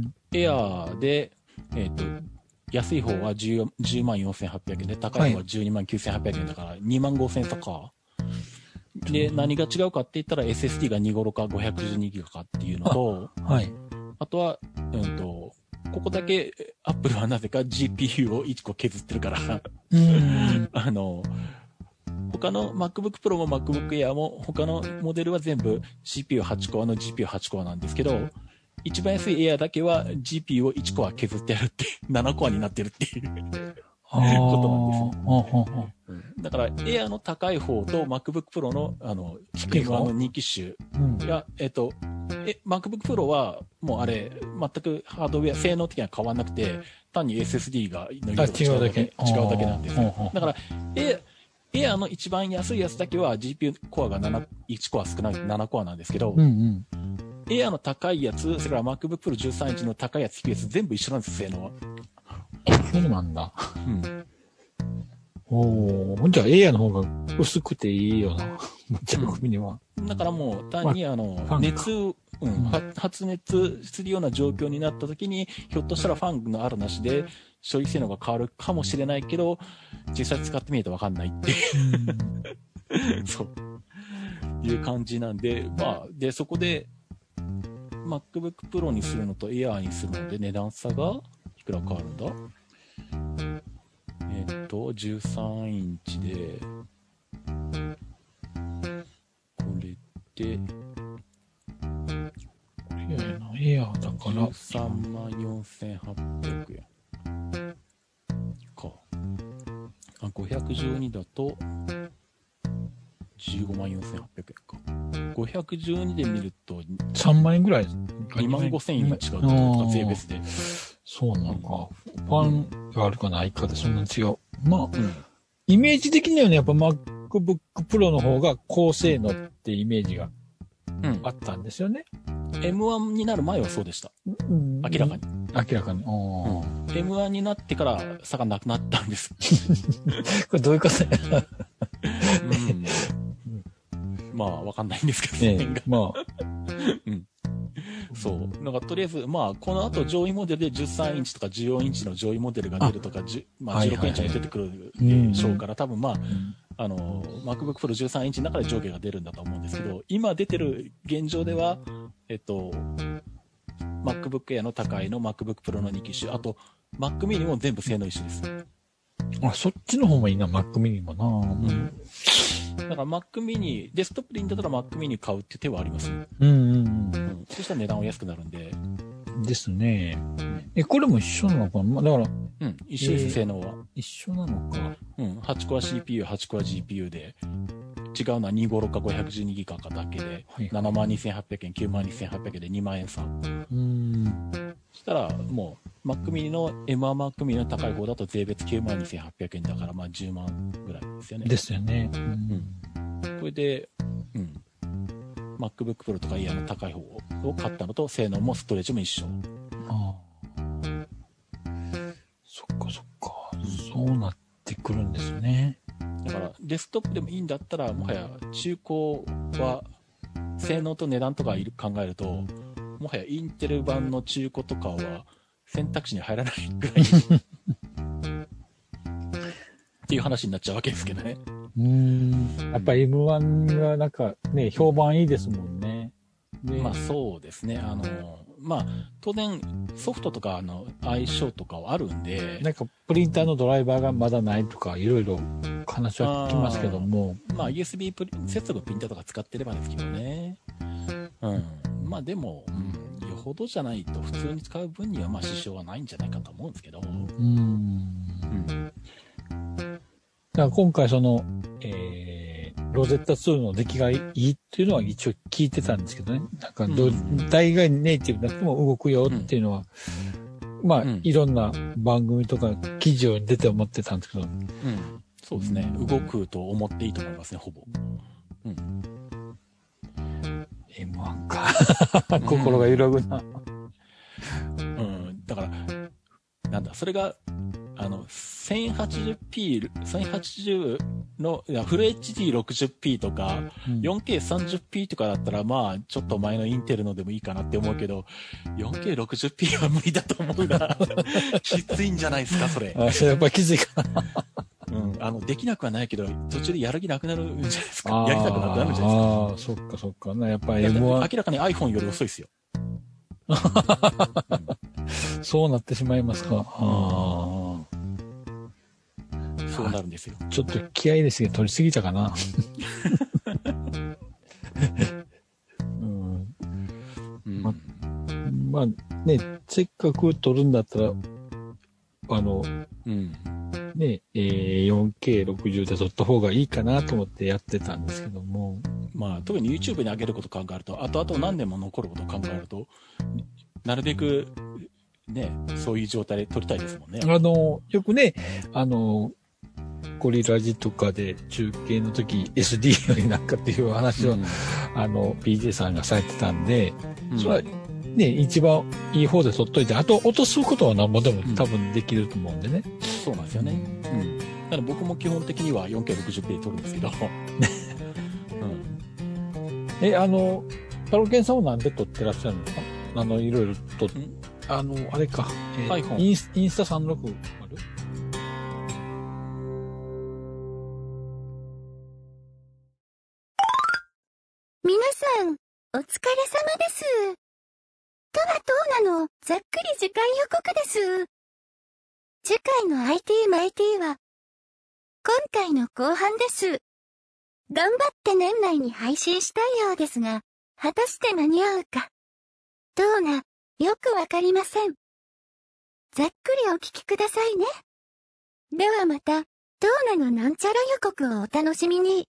エアーで、えっと、安い方はじゅうまんよんせんはっぴゃくえんで、高い方はじゅうにまんきゅうせんはっぴゃくえんだからにまんごせんえん差か。で、何が違うかって言ったら エスエスディー がにごろかごひゃくじゅうにギガかっていうのと、 あ、はい。 あとは、うんと、ここだけ、アップルはなぜか ジーピーユー をいっこ削ってるからうんあの、他の MacBook Pro も MacBook Air も他のモデルは全部 シーピーユーはち コアの ジーピーユーはち コアなんですけど、一番安い Air だけは ジーピーユー をいっコア削ってやるってななコアになってるっていうことなんです。だから Air の高い方と MacBook Pro のあの低い方のに機種が、うん、えっとえ MacBook Pro はもうあれ全くハードウェア性能的には変わらなくて単に エスエスディー がの色が違うだけ違うだけなんですよ。だから Airエアの一番安いやつだけは ジーピーユー コアがなな、いちコア少ないななコアなんですけど、 うんうん、 エアの高いやつ、それから MacBook Pro じゅうさんインチの高いやつ、低いやつ全部一緒なんです、性能は。 そうなんだ。 うん。 おー、じゃあエアの方が薄くていいよな。持ち運びには、 うん。だからもう単にあの、熱、うん、発熱するような状況になった時に、ひょっとしたらファンのあるなしで、処理性能が変わるかもしれないけど、実際使ってみると分かんないっていう。そう。いう感じなんで、まあ、で、そこで、MacBook Pro にするのと Air にするので値段差がいくら変わるんだ？えっと、じゅうさんインチで、これで、 エアだから。 じゅうさんまんよんせんはっぴゃくえん。か。あ、ごひゃくじゅうにだと、じゅうごまんよんせんはっぴゃくえんか。ごひゃくじゅうにで見ると、 さんまんえんぐらいにまんごせんえん違うってことか、税別で。 そうなのか。ファンがあるかないかでそんなに違う。まあ、うん、イメージ的にはね、やっぱ MacBook Pro の方が高性能ってイメージがあったんですよね。 うん、エムワン になる前はそうでした。うん、明らかに。 明らかに。 うん、エムワン になってから差がなくなったんです。 これどういうことや、 うんまあ、わかんないんですけどね。 ねまあ。 うん。そう。なんか、とりあえず、まあ、この後上位モデルでじゅうさんインチとかじゅうよんインチの上位モデルが出るとか、まあ、じゅうろくインチが出てくるでしょうから、多分まあ、あの、MacBook Pro じゅうさんインチの中で上下が出るんだと思うんですけど、今出てる現状では、えっと、MacBook Air の高いの MacBook Pro のに機種、あと、Mac mini も全部性能一緒です。 あ、そっちの方もいいな、Mac mini もな。うん。 だから Mac mini、デスクトップでいいんだったら Mac mini 買うっていう手はあります。 うんうんうん。うん、 そしたら値段は安くなるんで。 ですね。え、これも一緒なのかなだから。 うん、一緒です、えー、性能は。 一緒なのか。 うん、はちコア シーピーユー、はちコア ジーピーユー で、違うのはにごろくかごひゃくじゅうにギガかだけで、はいはい、ななまんにせんはっぴゃくえん、きゅうまんにせんはっぴゃくえんでにまんえん差。うーん。 そしたら、もう、Mac mini の エムワン Mac mini の高い方だと税別きゅうまんにせんはっぴゃくえんだから、まあじゅうまんぐらいですよね。 ですよね。うん。 うん、これで、うん。MacBook Pro とかAirの高い方を買ったのと、性能もストレージも一緒。 ああ。そっかそっか。そうなってくるんですね。 だから、デスクトップでもいいんだったら、もはや中古は、性能と値段とか考えると、もはやインテル版の中古とかは選択肢に入らないぐらいっていう話になっちゃうわけですけどね。 うーん。やっぱ エムワン がなんかね、評判いいですもんね。 でまあそうですね。あの、まあ当然ソフトとかの相性とかはあるんで。 なんかプリンターのドライバーがまだないとかいろいろ話は聞きますけども。 あまあ ユーエスビー プリ接続プリンターとか使ってればですけどね。うん。まあでも、うん、よほどじゃないと普通に使う分にはまあ支障はないんじゃないかと思うんですけど。うーん。うん。だから今回その、えー、ロゼッタツーの出来がいいっていうのは一応聞いてたんですけどね。なんかど、うん、大概ネイティブなくても動くよっていうのは、うん、まあ、うん、いろんな番組とか記事を出て思ってたんですけど。うん。 そうですね。動くと思っていいと思いますね、ほぼ。うん。 エムワン か。心が揺らぐな。 うん。だから、なんだ、それが、あの、せんはちじゅうピー、せんはちじゅうの、いや、フル エイチディーろくじゅうピー とか、うん、よんケーさんじゅうピー とかだったら、まあ、ちょっと前のインテルのでもいいかなって思うけど、よんケーろくじゅうピー は無理だと思うな。きついんじゃないですか、それ。 あ、それやっぱきついかな。 うん、あの、できなくはないけど、途中でやる気なくなるんじゃないですか。やりたくなくなるんじゃないですか。 ああ、そっかそっか。な、やっぱり エムワン。 明らかに iPhone より遅いですよ。うん、 そうなってしまいますか。ああ。そうなるんですよ。 ちょっと気合いですけど取りすぎたかな。うん、ま、まあね、せっかく取るんだったら、あの、うん、ね、えー、よんケーろくじゅう で撮った方がいいかなと思ってやってたんですけども。 まあ、特に YouTube に上げることを考えると、あとあと何年も残ることを考えると、なるべく、ね、そういう状態で撮りたいですもんね。 あの、よくね、あの、ゴリラジとかで中継の時 エスディー よりなんかっていう話を、うん、あの、ピージェー さんがされてたんで、うん、それはね、一番いい方で撮っといて、あと落とすことは何もでも多分できると思うんでね。 うん、そうなんですよね。うん。だから僕も基本的には よんケーろくじゅうピー で撮るんですけど。 うん、え、あの、タロケンさんはなんで撮ってらっしゃるんですか？あの、いろいろ撮って、あの、あれか、えー、インス、インスタさんろくまる？ 皆さん、お疲れ様です。とはどうなの、ざっくり次回予告です。次回の アイティー マイティーは、今回の後半です。頑張って年内に配信したいようですが、果たして間に合うか。どうな、よくわかりません。ざっくりお聞きくださいね。ではまた、どうなのなんちゃら予告をお楽しみに。